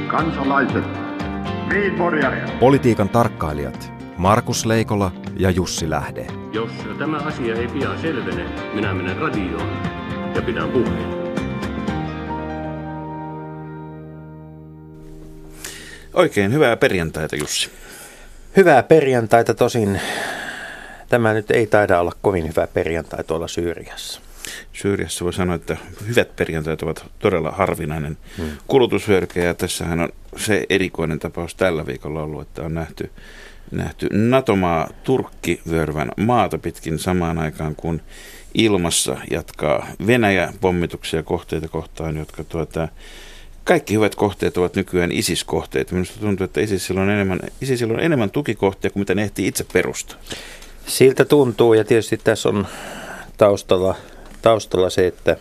Kansalaiset, politiikan tarkkailijat Markus Leikola ja Jussi Lähde. Jos tämä asia ei pian selvene, minä menen radioon ja pidän puheen. Oikein hyvää perjantaita, Jussi. Hyvää perjantaita, tosin tämä nyt ei taida olla kovin hyvä perjantai tuolla Syyriassa. Syyriassa voi sanoa, että hyvät perjantait ovat todella harvinainen kulutushyödyke, ja tässähän on se erikoinen tapaus tällä viikolla ollut, että on nähty NATO-maa Turkki vyöryvän maata pitkin samaan aikaan, kun ilmassa jatkaa Venäjä pommituksia kohteita kohtaan, jotka kaikki hyvät kohteet ovat nykyään ISIS-kohteita. Minusta tuntuu, että ISISillä on enemmän tukikohtia kuin mitä ne ehtii itse perustaa. Siltä tuntuu, ja tietysti tässä on taustalla se, että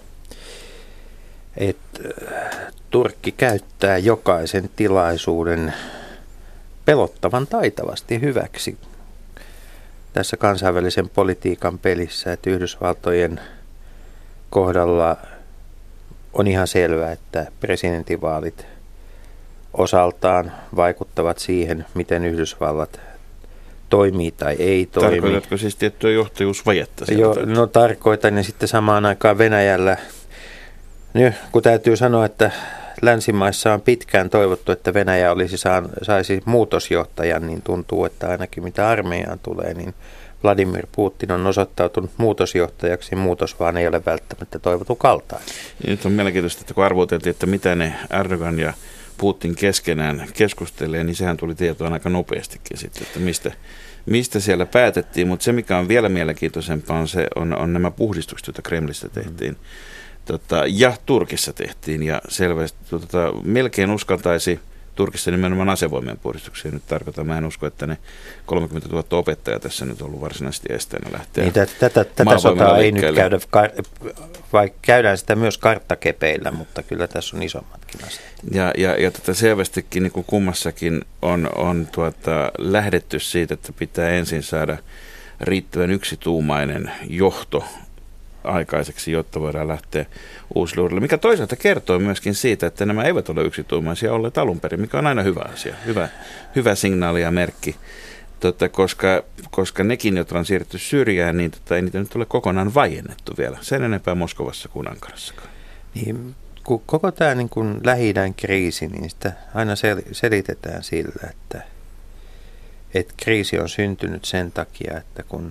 Turkki käyttää jokaisen tilaisuuden pelottavan taitavasti hyväksi tässä kansainvälisen politiikan pelissä, että Yhdysvaltojen kohdalla on ihan selvää, että presidentinvaalit osaltaan vaikuttavat siihen, miten Yhdysvallat toimii tai ei toimi. Tarkoitatko siis tiettyä johtajuusvajetta? No tarkoitan, ja sitten samaan aikaan Venäjällä, kun täytyy sanoa, että länsimaissa on pitkään toivottu, että Venäjä saisi muutosjohtajan, niin tuntuu, että ainakin mitä armeijaan tulee, niin Vladimir Putin on osoittautunut muutosjohtajaksi, muutos vaan ei ole välttämättä toivottu kaltainen. Nyt on mielenkiintoista, että kun arvoteltiin, että mitä ne Erdogan ja Putin keskenään keskustelee, niin sehän tuli tietoon aika nopeastikin sitten, että mistä siellä päätettiin, mutta se mikä on vielä mielenkiintoisempaa on nämä puhdistukset, joita Kremlissä tehtiin ja Turkissa tehtiin, ja selvästi melkein uskaltaisi Turkissa nimenomaan asevoimien puhdistuksia nyt tarkoittaa. Mä en usko, että ne 30 000 opettajaa tässä nyt on ollut varsinaisesti esteenä lähteä. Niin, tätä sotaa ei nyt käydä, vaikka käydään sitä myös karttakepeillä, mutta kyllä tässä on isommatkin asiat. Ja selvästikin niin kuin kummassakin on lähdetty siitä, että pitää ensin saada riittävän yksituumainen johto aikaiseksi, jotta voidaan lähteä uusille uudelle, mikä toisaalta kertoo myöskin siitä, että nämä eivät ole yksituumaisia olleet alun perin, mikä on aina hyvä asia, hyvä signaali ja merkki, koska nekin, jotka on siirretty Syyriään, niin ei niitä nyt ole kokonaan vaiennettu vielä, sen enempää Moskovassa kuin Ankarassakaan. Niin, kun koko tämä niin kuin Lähi-idän kriisi, niin sitä aina selitetään sillä, että kriisi on syntynyt sen takia, että kun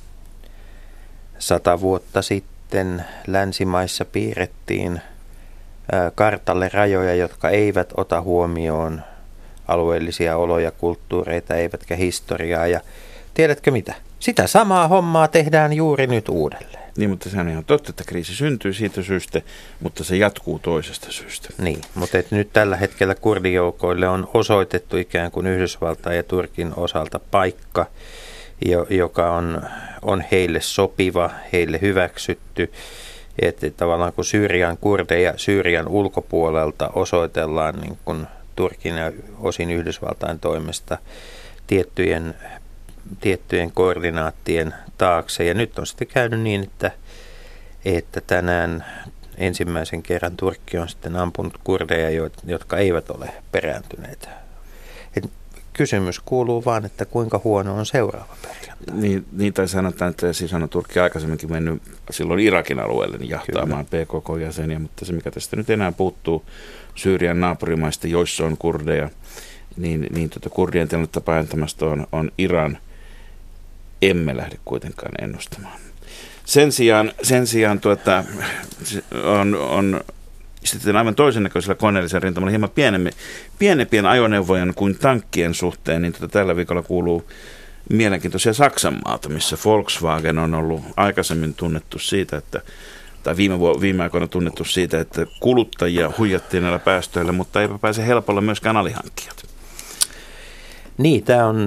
100 vuotta sitten länsimaissa piirrettiin kartalle rajoja, jotka eivät ota huomioon alueellisia oloja, kulttuureita, eivätkä historiaa. Ja tiedätkö mitä? Sitä samaa hommaa tehdään juuri nyt uudelleen. Niin, mutta sehän on ihan totta, että kriisi syntyy siitä syystä, mutta se jatkuu toisesta syystä. Niin, mutta nyt tällä hetkellä kurdijoukoille on osoitettu ikään kuin Yhdysvaltain ja Turkin osalta paikka, joka on heille sopiva, heille hyväksytty, että tavallaan kun Syyrian kurdeja Syyrian ulkopuolelta osoitellaan niin kuin Turkin ja osin Yhdysvaltain toimesta tiettyjen koordinaattien taakse. Ja nyt on sitten käynyt niin, että tänään ensimmäisen kerran Turkki on sitten ampunut kurdeja, jotka eivät ole perääntyneet. Kysymys kuuluu vaan, että kuinka huono on seuraava perjantai. Niin tai sanotaan, että siis on Turkki aikaisemminkin mennyt silloin Irakin alueelle niin jahtaamaan PKK-jäseniä, mutta se mikä tästä nyt enää puuttuu Syyrian naapurimaista, joissa on kurdeja, niin kurdien tilannetta pahentamasta on Iran. Emme lähde kuitenkaan ennustamaan. Sen sijaan on sitten aivan toisen näköisellä koneellisella rintamalla hieman pienempien ajoneuvojen kuin tankkien suhteen, niin tällä viikolla kuuluu mielenkiintoisia Saksan maata, missä Volkswagen on ollut aikaisemmin tunnettu siitä, tai viime aikoina tunnettu siitä, että kuluttajia huijattiin näillä päästöillä, mutta eipä pääse helpolla myöskään alihankkijat. Niin,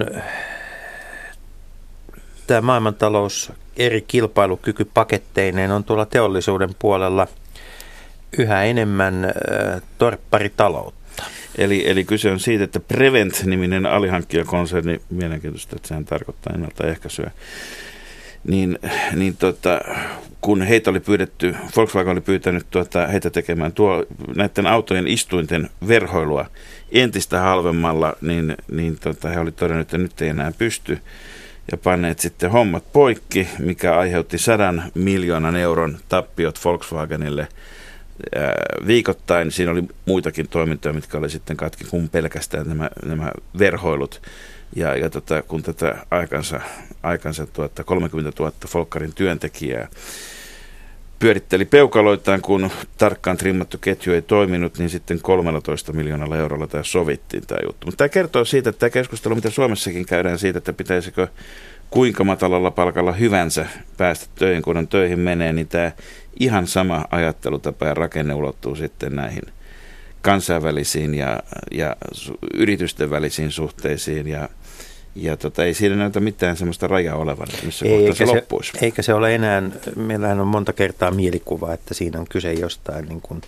tämä maailmantalous eri kilpailukykypaketteineen on tuolla teollisuuden puolella yhä enemmän torpparitaloutta. Eli kyse on siitä, että Prevent-niminen alihankkijakonserni, mielenkiintoista, että sehän tarkoittaa ennaltaehkäisyä, niin kun heitä oli pyydetty, Volkswagen oli pyytänyt heitä tekemään näiden autojen istuinten verhoilua entistä halvemmalla, niin he oli todennut, että nyt ei enää pysty, ja panneet sitten hommat poikki, mikä aiheutti 100 miljoonan euron tappiot Volkswagenille viikoittain. Siinä oli muitakin toimintoja, mitkä oli sitten katki kuin pelkästään nämä verhoilut. Ja kun tätä aikansa 30 000 Volkkarin työntekijää pyöritteli peukaloitaan, kun tarkkaan trimmattu ketju ei toiminut, niin sitten 13 miljoonalla eurolla tämä sovittiin tämä juttu. Mutta tämä kertoo siitä, että tämä keskustelu, mitä Suomessakin käydään siitä, että pitäisikö kuinka matalalla palkalla hyvänsä päästä töihin, kun on töihin menee, niin tämä ihan sama ajattelutapa ja rakenne ulottuu sitten näihin kansainvälisiin ja yritysten välisiin suhteisiin ja ei siinä näytä mitään sellaista rajaa olevan, missä kohtaa se loppuisi. Eikä se ole enää, meillähän on monta kertaa mielikuva, että siinä on kyse jostain niin kuin,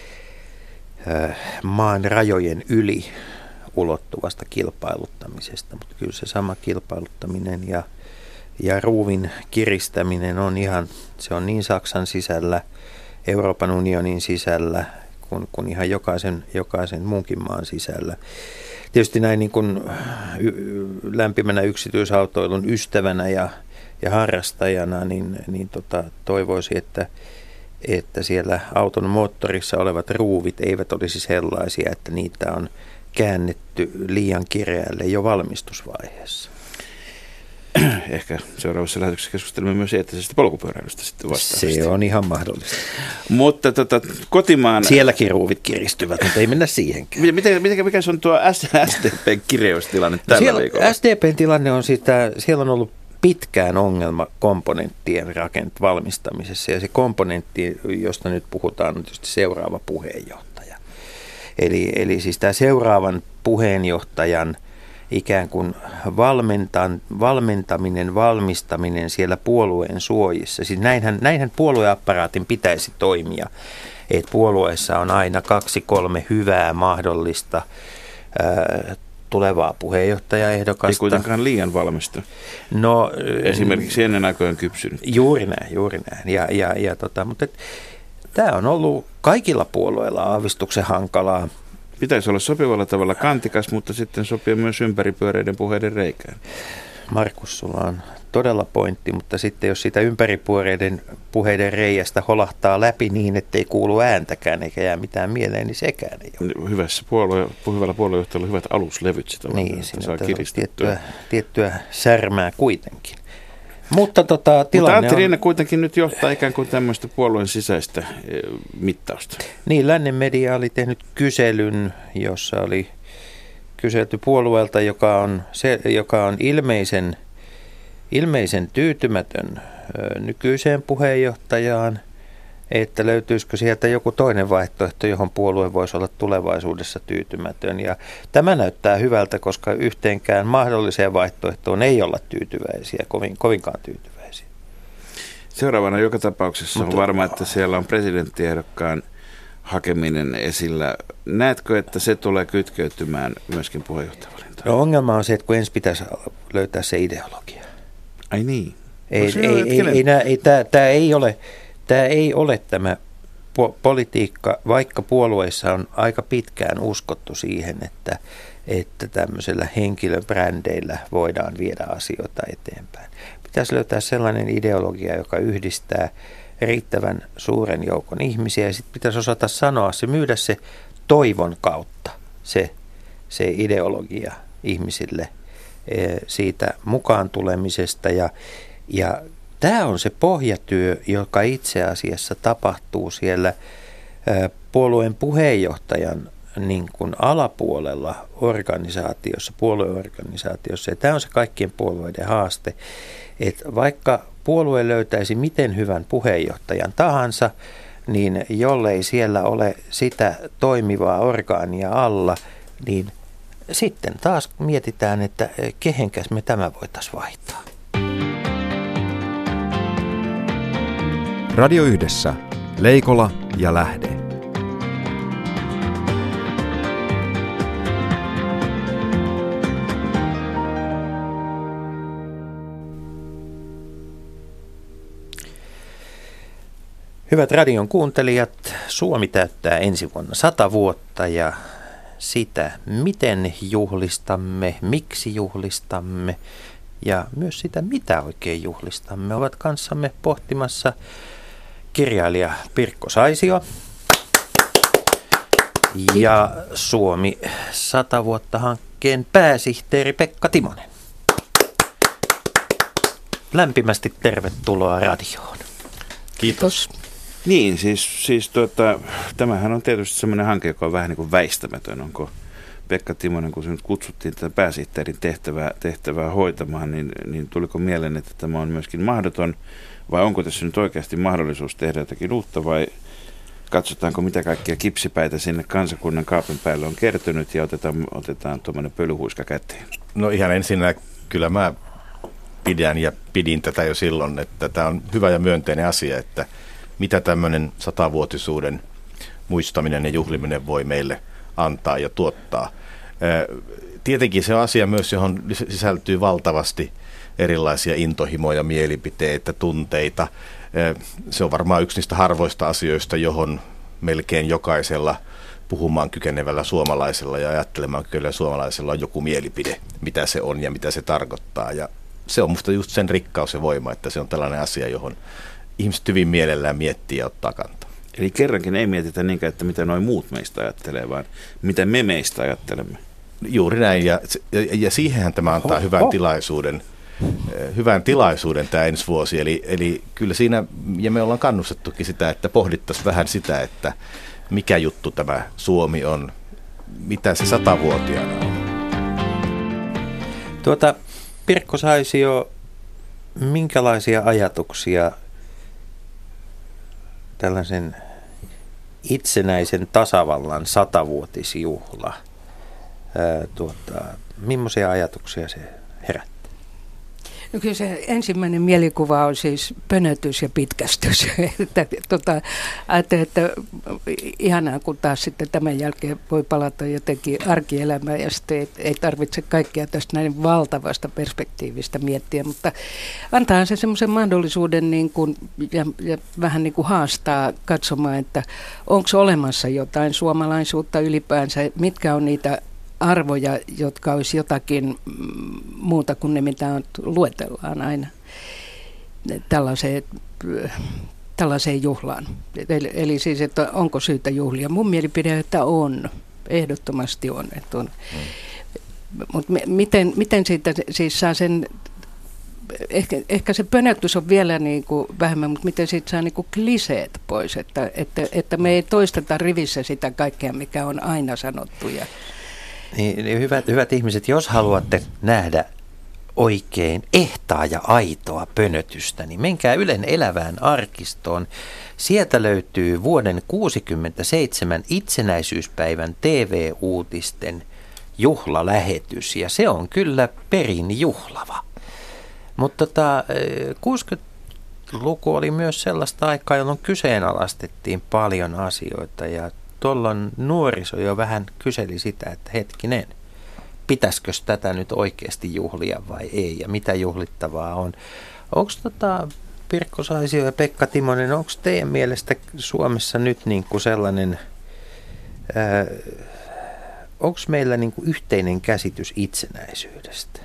maan rajojen yli ulottuvasta kilpailuttamisesta, mutta kyllä se sama kilpailuttaminen ja ruuvin kiristäminen on ihan, se on niin Saksan sisällä, Euroopan unionin sisällä, kuin ihan jokaisen muunkin maan sisällä. Tietysti näin niin kuin lämpimänä yksityisautoilun ystävänä ja harrastajana, niin toivoisi, että siellä auton moottorissa olevat ruuvit eivät olisi sellaisia, että niitä on käännetty liian kireälle jo valmistusvaiheessa. Ehkä seuraavassa lähetyksessä keskustelemme myös eettisestä polkupyöräilystä sitten vastaavasti. Se on ihan mahdollista. Mutta kotimaan... Sielläkin ruuvit kiristyvät, mutta ei mennä siihenkään. Mikä se on tuo SDP:n kireystilanne tällä viikolla? SDP:n tilanne on sitä, siellä on ollut pitkään ongelma komponenttien valmistamisessa, ja se komponentti, josta nyt puhutaan, on tietysti seuraava puheenjohtaja. Eli siis tämä seuraavan puheenjohtajan ikään kuin valmistaminen siellä puolueen suojissa. Siis näinhän puolueapparaatin pitäisi toimia, että puolueessa on aina 2-3 hyvää mahdollista tulevaa puheenjohtajaehdokasta. Ei kuitenkaan liian valmista. No, esimerkiksi ennen aikojen kypsynyt. Juuri näin. Mutta tämä on ollut kaikilla puolueilla aavistuksen hankalaa. Pitäisi olla sopivalla tavalla kantikas, mutta sitten sopia myös ympäripyöreiden puheiden reikään. Markus, sulla on todella pointti, mutta sitten jos sitä ympäripyöreiden puheiden reiästä holahtaa läpi niin, ettei kuulu ääntäkään eikä jää mitään mieleen, niin sekään ei ole. Hyvällä puoluejohtajalla on hyvät aluslevyt sitä varten, niin, että saa kiristettyä. Tiettyä särmää kuitenkin. Mutta tilanne Antti Rinne kuitenkin nyt johtaa ikään kuin tämmöistä puolueen sisäistä mittausta. Niin, lännen media oli tehnyt kyselyn, jossa oli kyselty puolueelta, joka on ilmeisen tyytymätön nykyiseen puheenjohtajaan, että löytyisikö sieltä joku toinen vaihtoehto, johon puolue voisi olla tulevaisuudessa tyytymätön. Ja tämä näyttää hyvältä, koska yhteenkään mahdolliseen vaihtoehtoon ei olla tyytyväisiä, kovinkaan tyytyväisiä. Seuraavana joka tapauksessa on varma, että siellä on presidenttiehdokkaan hakeminen esillä. Näetkö, että se tulee kytkeytymään myöskin puheenjohtajavalintaan? No, ongelma on se, että kun ensin pitäisi löytää se ideologia. Ai niin? Tämä ei ole tämä politiikka, vaikka puolueissa on aika pitkään uskottu siihen, että tämmöisellä henkilöbrändeillä voidaan viedä asioita eteenpäin. Pitäisi löytää sellainen ideologia, joka yhdistää riittävän suuren joukon ihmisiä, ja sitten pitäisi osata sanoa se, myydä se toivon kautta se ideologia ihmisille siitä mukaan tulemisesta ja tämä on se pohjatyö, joka itse asiassa tapahtuu siellä puolueen puheenjohtajan niin kuin alapuolella organisaatiossa, puolueorganisaatiossa. Ja tämä on se kaikkien puolueiden haaste, että vaikka puolue löytäisi miten hyvän puheenjohtajan tahansa, niin jollei siellä ole sitä toimivaa orgaania alla, niin sitten taas mietitään, että kehenkäs me tämä voitaisiin vaihtaa. Radio Yhdessä. Leikola ja Lähde. Hyvät radion kuuntelijat, Suomi täyttää ensi vuonna 100 vuotta ja sitä, miten juhlistamme, miksi juhlistamme ja myös sitä, mitä oikein juhlistamme, ovat kanssamme pohtimassa kirjailija Pirkko Saisio ja Suomi 100 vuotta -hankkeen pääsihteeri Pekka Timonen. Lämpimästi tervetuloa radioon. Kiitos. Niin, siis tämähän on tietysti semmoinen hanke, joka on vähän niin kuin väistämätön. Onko Pekka Timonen, kun se nyt kutsuttiin tätä pääsihteerin tehtävää hoitamaan, niin tuliko mieleen, että tämä on myöskin mahdoton, vai onko tässä nyt oikeasti mahdollisuus tehdä jotakin uutta, vai katsotaanko mitä kaikkia kipsipäitä sinne kansakunnan kaapen päälle on kertynyt ja otetaan tuommoinen pölyhuiska käteen? No ihan ensinnä kyllä mä pidin tätä jo silloin, että tämä on hyvä ja myönteinen asia, että mitä tämmöinen 100-vuotisuuden muistaminen ja juhliminen voi meille antaa ja tuottaa. Tietenkin se on asia myös, johon sisältyy valtavasti erilaisia intohimoja, mielipiteitä, tunteita. Se on varmaan yksi niistä harvoista asioista, johon melkein jokaisella puhumaan kykenevällä suomalaisella ja ajattelemaan kykenevällä suomalaisella on joku mielipide, mitä se on ja mitä se tarkoittaa. Ja se on musta just sen rikkaus ja voima, että se on tällainen asia, johon ihmiset hyvin mielellään miettii ja ottaa kantaa. Eli kerrankin ei mietitä niinkään, että mitä nuo muut meistä ajattelee, vaan mitä me meistä ajattelemme. Juuri näin, ja siihenhän tämä antaa hyvän tilaisuuden tämä ensi vuosi. Eli kyllä siinä, ja me ollaan kannustettukin sitä, että pohdittaisiin vähän sitä, että mikä juttu tämä Suomi on, mitä se 100-vuotiaana on. Pirkko Saisio, minkälaisia ajatuksia tällaisen itsenäisen tasavallan 100-vuotisjuhla, millaisia ajatuksia se herättää? No kyllä se ensimmäinen mielikuva on siis pönötys ja pitkästys. Ajattelin, että ihanaa, kun taas sitten tämän jälkeen voi palata jotenkin arkielämään ja sitten ei tarvitse kaikkea tästä näin valtavasta perspektiivistä miettiä, mutta antaa se semmoisen mahdollisuuden niin kuin, ja vähän niin kuin haastaa katsomaan, että onko olemassa jotain suomalaisuutta ylipäänsä, mitkä on niitä arvoja, jotka olisi jotakin muuta kuin ne, mitä luetellaan aina tällaiseen juhlaan. Eli siis, että onko syytä juhlia. Mun mielipide, että on. Ehdottomasti on. Että on. Mutta miten siitä siis saa sen, ehkä se pönötys on vielä niin kuin vähemmän, mutta miten siitä saa niin kuin kliseet pois, että me ei toisteta rivissä sitä kaikkea, mikä on aina sanottu. Niin, hyvät ihmiset, jos haluatte nähdä oikein ehtaa ja aitoa pönötystä, niin menkää Ylen elävään arkistoon. Sieltä löytyy vuoden 1967 itsenäisyyspäivän TV-uutisten juhlalähetys, ja se on kyllä perin juhlava. Mutta 60-luku oli myös sellaista aikaa, jolloin kyseenalaistettiin paljon asioita, ja tuolloin nuoriso jo vähän kyseli sitä, että hetkinen, pitäisikö tätä nyt oikeasti juhlia vai ei, ja mitä juhlittavaa on. Onko Pirkko Saisio ja Pekka Timonen, onko teidän mielestä Suomessa nyt niin kuin sellainen, onko meillä niin kuin yhteinen käsitys itsenäisyydestä?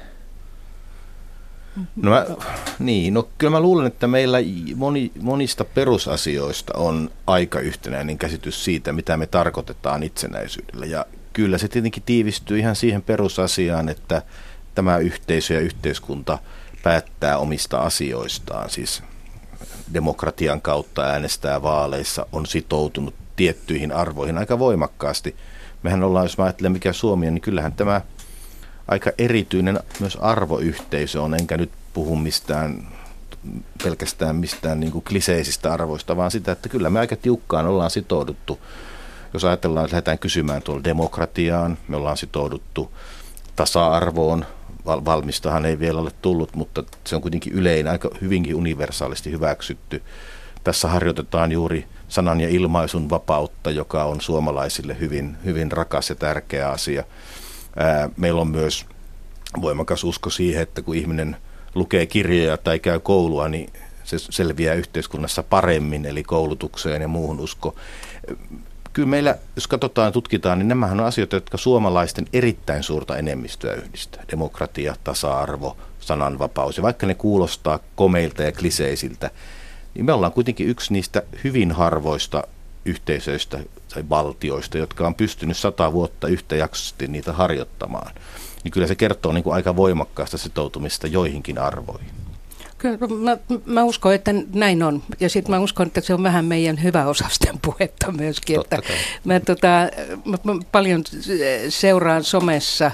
No kyllä mä luulen, että meillä monista perusasioista on aika yhtenäinen käsitys siitä, mitä me tarkoitetaan itsenäisyydellä. Ja kyllä se tietenkin tiivistyy ihan siihen perusasiaan, että tämä yhteisö ja yhteiskunta päättää omista asioistaan, siis demokratian kautta äänestää vaaleissa, on sitoutunut tiettyihin arvoihin aika voimakkaasti. Mehän ollaan, jos mä ajattelen mikä Suomi on, niin kyllähän tämä aika erityinen myös arvoyhteisö on, enkä nyt puhu pelkästään mistään niin kuin kliseisistä arvoista, vaan sitä, että kyllä me aika tiukkaan ollaan sitouduttu. Jos ajatellaan, että lähdetään kysymään tuolla demokratiaan, me ollaan sitouduttu tasa-arvoon, valmistahan ei vielä ole tullut, mutta se on kuitenkin yleinen, aika hyvinkin universaalisti hyväksytty. Tässä harjoitetaan juuri sanan ja ilmaisun vapautta, joka on suomalaisille hyvin, hyvin rakas ja tärkeä asia. Meillä on myös voimakas usko siihen, että kun ihminen lukee kirjoja tai käy koulua, niin se selviää yhteiskunnassa paremmin, eli koulutukseen ja muuhun usko. Kyllä meillä, jos katsotaan ja tutkitaan, niin nämähän on asioita, jotka suomalaisten erittäin suurta enemmistöä yhdistää. Demokratia, tasa-arvo, sananvapaus, ja vaikka ne kuulostaa komeilta ja kliseisiltä, niin me ollaan kuitenkin yksi niistä hyvin harvoista yhteisöistä tai valtioista, jotka on pystynyt 100 vuotta yhtäjaksoisesti niitä harjoittamaan. Niin kyllä se kertoo niin kuin aika voimakkaasta sitoutumista joihinkin arvoihin. Kyllä, mä uskon, että näin on. Ja sitten mä uskon, että se on vähän meidän hyväosasten puhetta myöskin. Että mä paljon seuraan somessa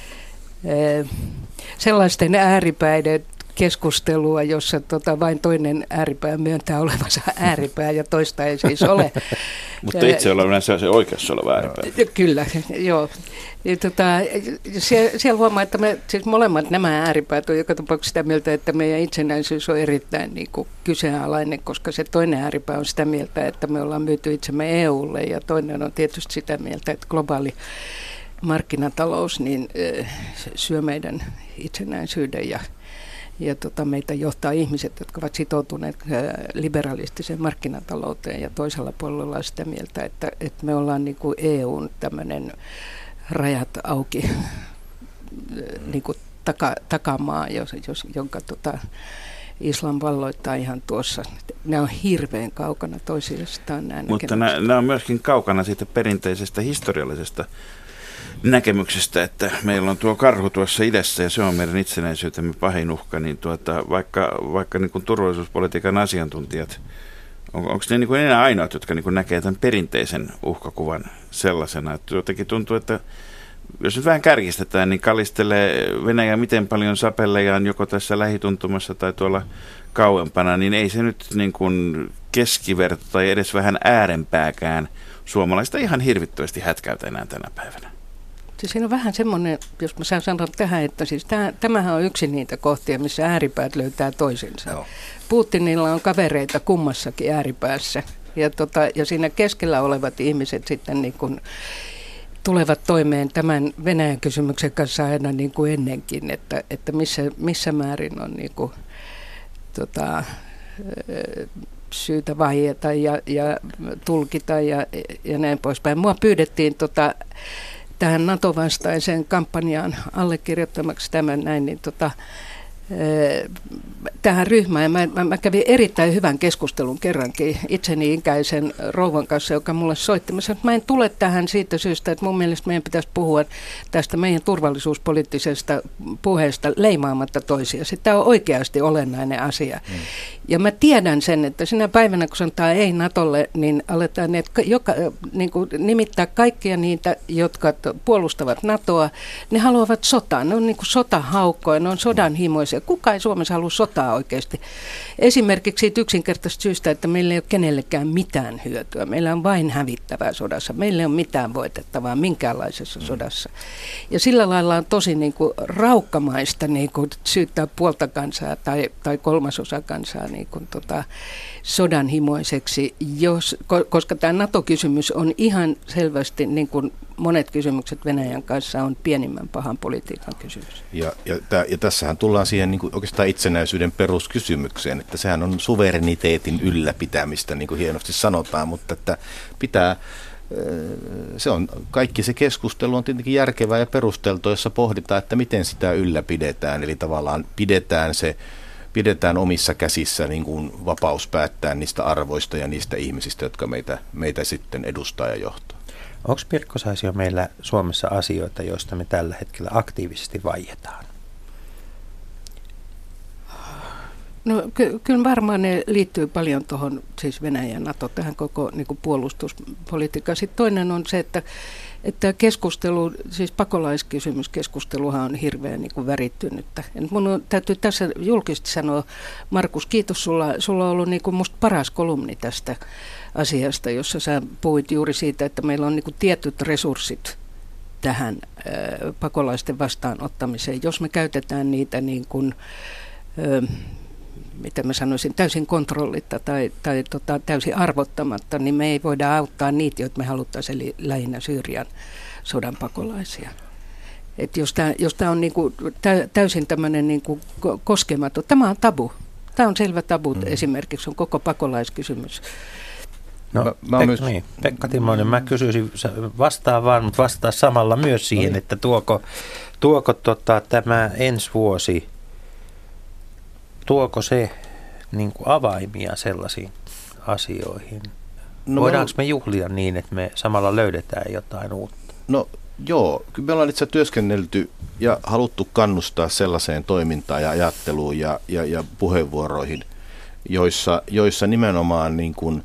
sellaisten ääripäiden keskustelua, jossa vain toinen ääripää myöntää olevansa ääripää ja toista ei siis ole. Mutta itse ollaan se oikeassa oleva ääripää. Kyllä, joo. Siellä huomaa, että me siis molemmat nämä ääripäät on joka tapauksessa sitä mieltä, että meidän itsenäisyys on erittäin niin kuin kyseenalainen, koska se toinen ääripää on sitä mieltä, että me ollaan myyty itsemme EUlle, ja toinen on tietysti sitä mieltä, että globaali markkinatalous niin syö meidän itsenäisyyden ja meitä johtaa ihmiset, jotka ovat sitoutuneet liberalistiseen markkinatalouteen, ja toisella puolella on sitä mieltä, että me ollaan niin kuin EUn tämmöinen rajat auki niin kuin takamaa, jonka islam valloittaa ihan tuossa. Ne on hirveän kaukana toisistaan. Mutta nämä on myöskin kaukana siitä perinteisestä historiallisesta näkemyksestä, että meillä on tuo karhu tuossa idässä ja se on meidän itsenäisyytemme pahin uhka, niin vaikka niin kuin turvallisuuspolitiikan asiantuntijat, onko ne niin kuin enää ainoat, jotka niin kuin näkee tämän perinteisen uhkakuvan sellaisena, että jotenkin tuntuu, että jos nyt vähän kärkistetään, niin kalistelee Venäjä miten paljon sapellejaan joko tässä lähituntumassa tai tuolla kauempana, niin ei se nyt niin kuin keskiverto tai edes vähän äärempääkään suomalaista ihan hirvittävästi hätkäytä enää tänä päivänä. Siis siinä on vähän semmoinen, jos mä saan sanoa tähän, että siis tämähän on yksi niitä kohtia, missä ääripäät löytää toisinsa. Joo. Putinilla on kavereita kummassakin ääripäässä, ja siinä keskellä olevat ihmiset sitten niin kuin tulevat toimeen tämän Venäjän kysymyksen kanssa aina niin kuin ennenkin, että missä määrin on niin kuin, syytä vaieta ja tulkita ja näin poispäin. Mua pyydettiin tähän NATO-vastaiseen kampanjaan allekirjoittamaksi tämän näin, niin tähän ryhmään. Mä kävin erittäin hyvän keskustelun kerrankin itseni ikäisen rouvan kanssa, joka mulle soitti. Mä sanoin, että mä en tule tähän siitä syystä, että mun mielestä meidän pitäisi puhua tästä meidän turvallisuuspoliittisesta puheesta leimaamatta toisia. Tämä on oikeasti olennainen asia. Ja mä tiedän sen, että sinä päivänä, kun sanotaan ei NATOlle, niin aletaan niin kuin nimittää kaikkia niitä, jotka puolustavat NATOa. Ne haluavat sotaa. Ne on niin kuin sotahaukkoja, ne on sodanhimoisia. Kuka ei Suomessa halua sotaa oikeasti? Esimerkiksi siitä yksinkertaisesta syystä, että meillä ei ole kenellekään mitään hyötyä. Meillä on vain hävittävää sodassa. Meillä ei ole mitään voitettavaa minkäänlaisessa sodassa. Ja sillä lailla on tosi niin kuin raukkamaista niin kuin syyttää puolta kansaa tai kolmasosa kansaa niin kuin sodanhimoiseksi, koska tämä NATO-kysymys on ihan selvästi, niin kuin monet kysymykset Venäjän kanssa, on pienimmän pahan politiikan kysymys. Ja tässähän tullaan siihen niin kuin oikeastaan itsenäisyyden peruskysymykseen, että sehän on suvereniteetin ylläpitämistä, niin kuin hienosti sanotaan, mutta että pitää, kaikki se keskustelu on tietenkin järkevää ja perusteltua, jossa pohditaan, että miten sitä ylläpidetään, eli tavallaan pidetään omissa käsissä niin kuin vapaus päättää niistä arvoista ja niistä ihmisistä, jotka meitä sitten edustaa ja johtaa. Onko Pirkko Saisio meillä Suomessa asioita, joista me tällä hetkellä aktiivisesti vaietaan? No kyllä varmaan ne liittyy paljon tuohon siis Venäjän ja NATO, tähän koko niin kuin puolustuspolitiikkaan. Sitten toinen on se, että keskustelu, siis pakolaiskysymyskeskusteluhan on hirveän niin kuin värittynyttä. Mun täytyy tässä julkisesti sanoa, Markus, kiitos, sulla on ollut niin kuin musta paras kolumni tästä asiasta, jossa sä puhuit juuri siitä, että meillä on niin kuin tietyt resurssit tähän pakolaisten vastaanottamiseen. Jos me käytetään niitä niin kuin, mitä mä sanoisin, täysin kontrollitta tai täysin arvottamatta, niin me ei voida auttaa niitä, joita me haluttaisiin, eli lähinnä Syyrian sodan pakolaisia. Et jos tämä on niinku täysin tämmöinen niinku koskematon, tämä on tabu. Tämä on selvä tabu esimerkiksi, on koko pakolaiskysymys. No, Pekka Timonen, mä kysyisin, vastaa vaan, mutta vastaa samalla myös siihen, että tuoko tämä ensi vuosi, tuoko se niin kuin avaimia sellaisiin asioihin? Voidaanko me juhlia niin, että me samalla löydetään jotain uutta? No joo, kyllä me ollaan itse työskennelty ja haluttu kannustaa sellaiseen toimintaan ja ajatteluun ja puheenvuoroihin, joissa nimenomaan niin kuin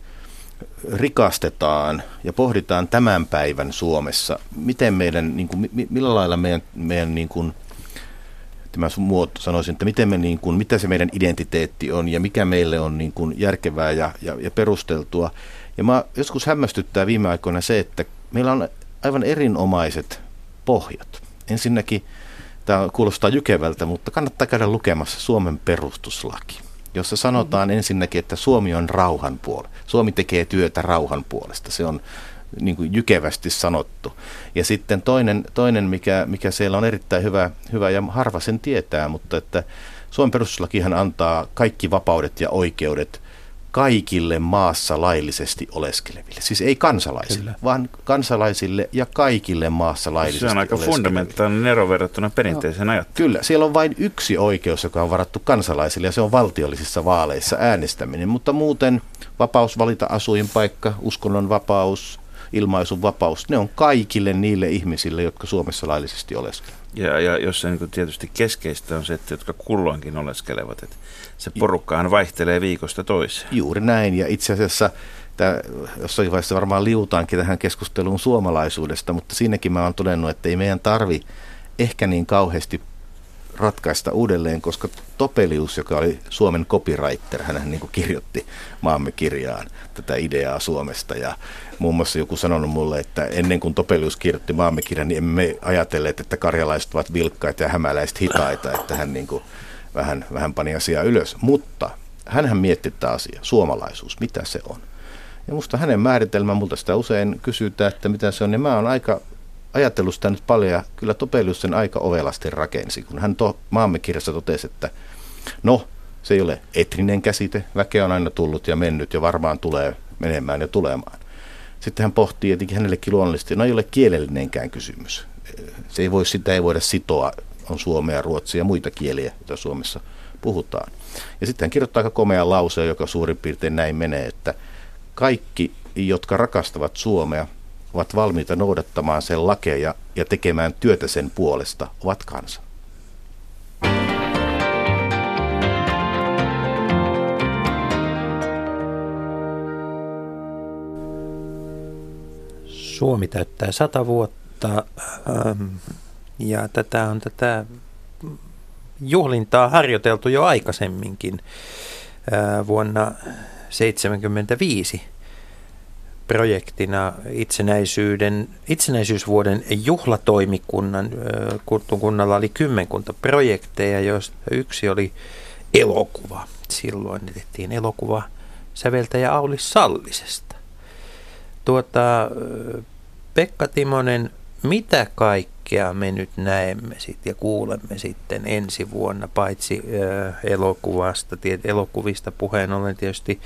rikastetaan ja pohditaan tämän päivän Suomessa, miten meidän, niin kuin, millä lailla meidän niin kuin, sanoisin, että miten me, niin kuin, mitä se meidän identiteetti on ja mikä meille on niin kuin järkevää ja perusteltua. Ja joskus hämmästyttää viime aikoina se, että meillä on aivan erinomaiset pohjat. Ensinnäkin, tämä kuulostaa jykevältä, mutta kannattaa käydä lukemassa Suomen perustuslaki, jossa sanotaan ensinnäkin, että Suomi on rauhan puolella. Suomi tekee työtä rauhan puolesta. Se on niin kuin jykevästi sanottu. Ja sitten toinen mikä siellä on erittäin hyvä ja harva sen tietää, mutta että Suomen perustuslakihan antaa kaikki vapaudet ja oikeudet kaikille maassa laillisesti oleskeleville. Siis ei kansalaisille, vaan kansalaisille ja kaikille maassa laillisesti oleskeleville. Se on aika fundamentaalinen ero verrattuna perinteiseen ajatteluun. Kyllä, siellä on vain yksi oikeus, joka on varattu kansalaisille, ja se on valtiollisissa vaaleissa äänestäminen. Mutta muuten vapaus valita asuinpaikka, uskonnon vapaus, ilmaisun vapaus, ne on kaikille niille ihmisille, jotka Suomessa laillisesti oleskelevat. Ja jos se niin tietysti keskeistä on se, että jotka kulloinkin oleskelevat, että se porukkahan vaihtelee viikosta toiseen. Juuri näin, ja itse asiassa jossain vaiheessa varmaan liutaankin tähän keskusteluun suomalaisuudesta, mutta siinäkin mä oon todennut, että ei meidän tarvi ehkä niin kauheasti ratkaista uudelleen, koska Topelius, joka oli Suomen copywriter, hän niin kuin kirjoitti Maamme kirjaan tätä ideaa Suomesta, ja muun muassa joku sanonut mulle, että ennen kuin Topelius kirjoitti Maamme kirjan, niin emme me ajatelleet, että karjalaiset ovat vilkkaita ja hämäläiset hitaita, että hän niin kuin vähän pani asiaa ylös, mutta hänhän mietti tätä asiaa, suomalaisuus, mitä se on. Ja musta hänen määritelmän, multa sitä usein kysytään, että mitä se on, niin mä oon aika ajatellut sitä nyt paljon, ja kyllä Topelius sen aika ovelasti rakensi, kun hän Maamme kirjassa totesi, että no, se ei ole etninen käsite, väkeä on aina tullut ja mennyt ja varmaan tulee menemään ja tulemaan. Sitten hän pohtii, etenkin hänellekin luonnollisesti, no ei ole kielellinenkään kysymys. Sitä ei voida sitoa, on suomea, ruotsia ja muita kieliä, joita Suomessa puhutaan. Ja sitten hän kirjoittaa aika komean lauseen, joka suurin piirtein näin menee, että kaikki, jotka rakastavat Suomea, ovat valmiita noudattamaan sen lakeja ja tekemään työtä sen puolesta, ovat kansa. Suomi täyttää 100 vuotta ja tätä juhlintaa harjoiteltu jo aikaisemminkin vuonna 1975 projektina itsenäisyysvuoden juhlatoimikunnan. Kunnalla oli 10 projekteja, joista yksi oli elokuva. Silloin tehtiin elokuva säveltäjä Aulis Sallisesta. Pekka Timonen, mitä kaikkea me nyt näemme ja kuulemme sitten ensi vuonna, paitsi elokuvista puheen ollen tietysti,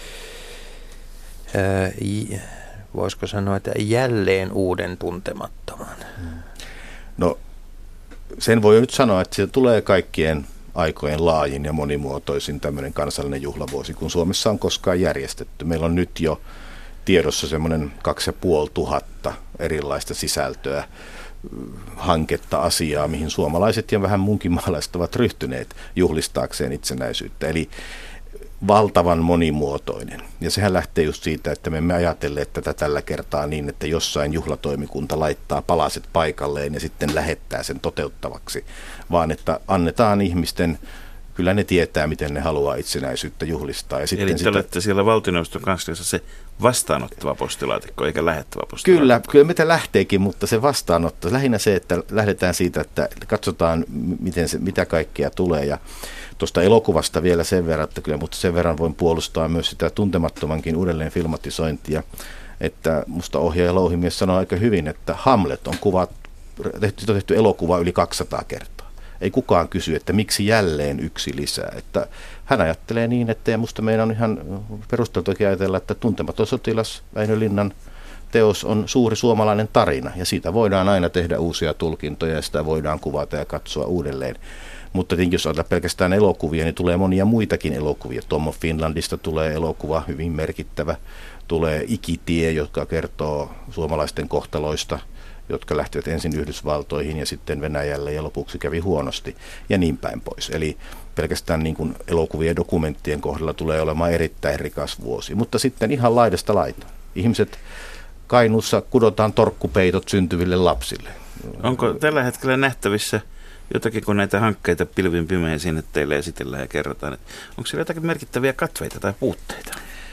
voisiko sanoa, että jälleen uuden tuntemattoman? No, sen voi nyt sanoa, että siitä tulee kaikkien aikojen laajin ja monimuotoisin tämmöinen kansallinen juhlavuosi, kun Suomessa on koskaan järjestetty. Meillä on nyt jo tiedossa semmoinen 2500 erilaista sisältöä, hanketta, asiaa, mihin suomalaiset ja vähän muunkin maalaiset ovat ryhtyneet juhlistaakseen itsenäisyyttä. Eli valtavan monimuotoinen. Ja sehän lähtee just siitä, että me emme ajatelleet tätä tällä kertaa niin, että jossain juhlatoimikunta laittaa palaset paikalleen ja sitten lähettää sen toteuttavaksi, vaan että annetaan ihmisten, kyllä ne tietää, miten ne haluaa itsenäisyyttä juhlistaa. Ja sitten eli te olette siellä valtioneuvoston kansliassa se vastaanottava postilaatikko, eikä lähettävä postilaatikko. Kyllä meitä lähteekin, mutta se vastaanotto, lähinnä se, että lähdetään siitä, että katsotaan, mitä kaikkea tulee. Ja tuosta elokuvasta vielä sen verran, että kyllä, mutta sen verran voin puolustaa myös sitä tuntemattomankin uudelleen filmatisointia, että musta ohjaaja Louhimies sanoi aika hyvin, että Hamlet on tehty elokuva yli 200 kertaa. Ei kukaan kysy, että miksi jälleen yksi lisää. Että hän ajattelee niin, että ja musta meidän on ihan perusteltuakin ajatella, että Tuntematon sotilas Väinö Linnan teos on suuri suomalainen tarina ja siitä voidaan aina tehdä uusia tulkintoja ja sitä voidaan kuvata ja katsoa uudelleen. Mutta tietenkin jos ajatellaan pelkästään elokuvia, niin tulee monia muitakin elokuvia. Tom of Finlandista tulee elokuva, hyvin merkittävä. Tulee Ikitie, joka kertoo suomalaisten kohtaloista, jotka lähtivät ensin Yhdysvaltoihin ja sitten Venäjälle ja lopuksi kävi huonosti ja niin päin pois. Eli pelkästään niin kuin elokuvien ja dokumenttien kohdalla tulee olemaan erittäin rikas vuosi. Mutta sitten ihan laidasta laitaan. Ihmiset Kainuussa kudotaan torkkupeitot syntyville lapsille. Onko tällä hetkellä nähtävissä jotakin, kun näitä hankkeita pilvin pimein sinne teille esitellään ja kerrotaan, että onko siellä jotakin merkittäviä katveita tai puutteita?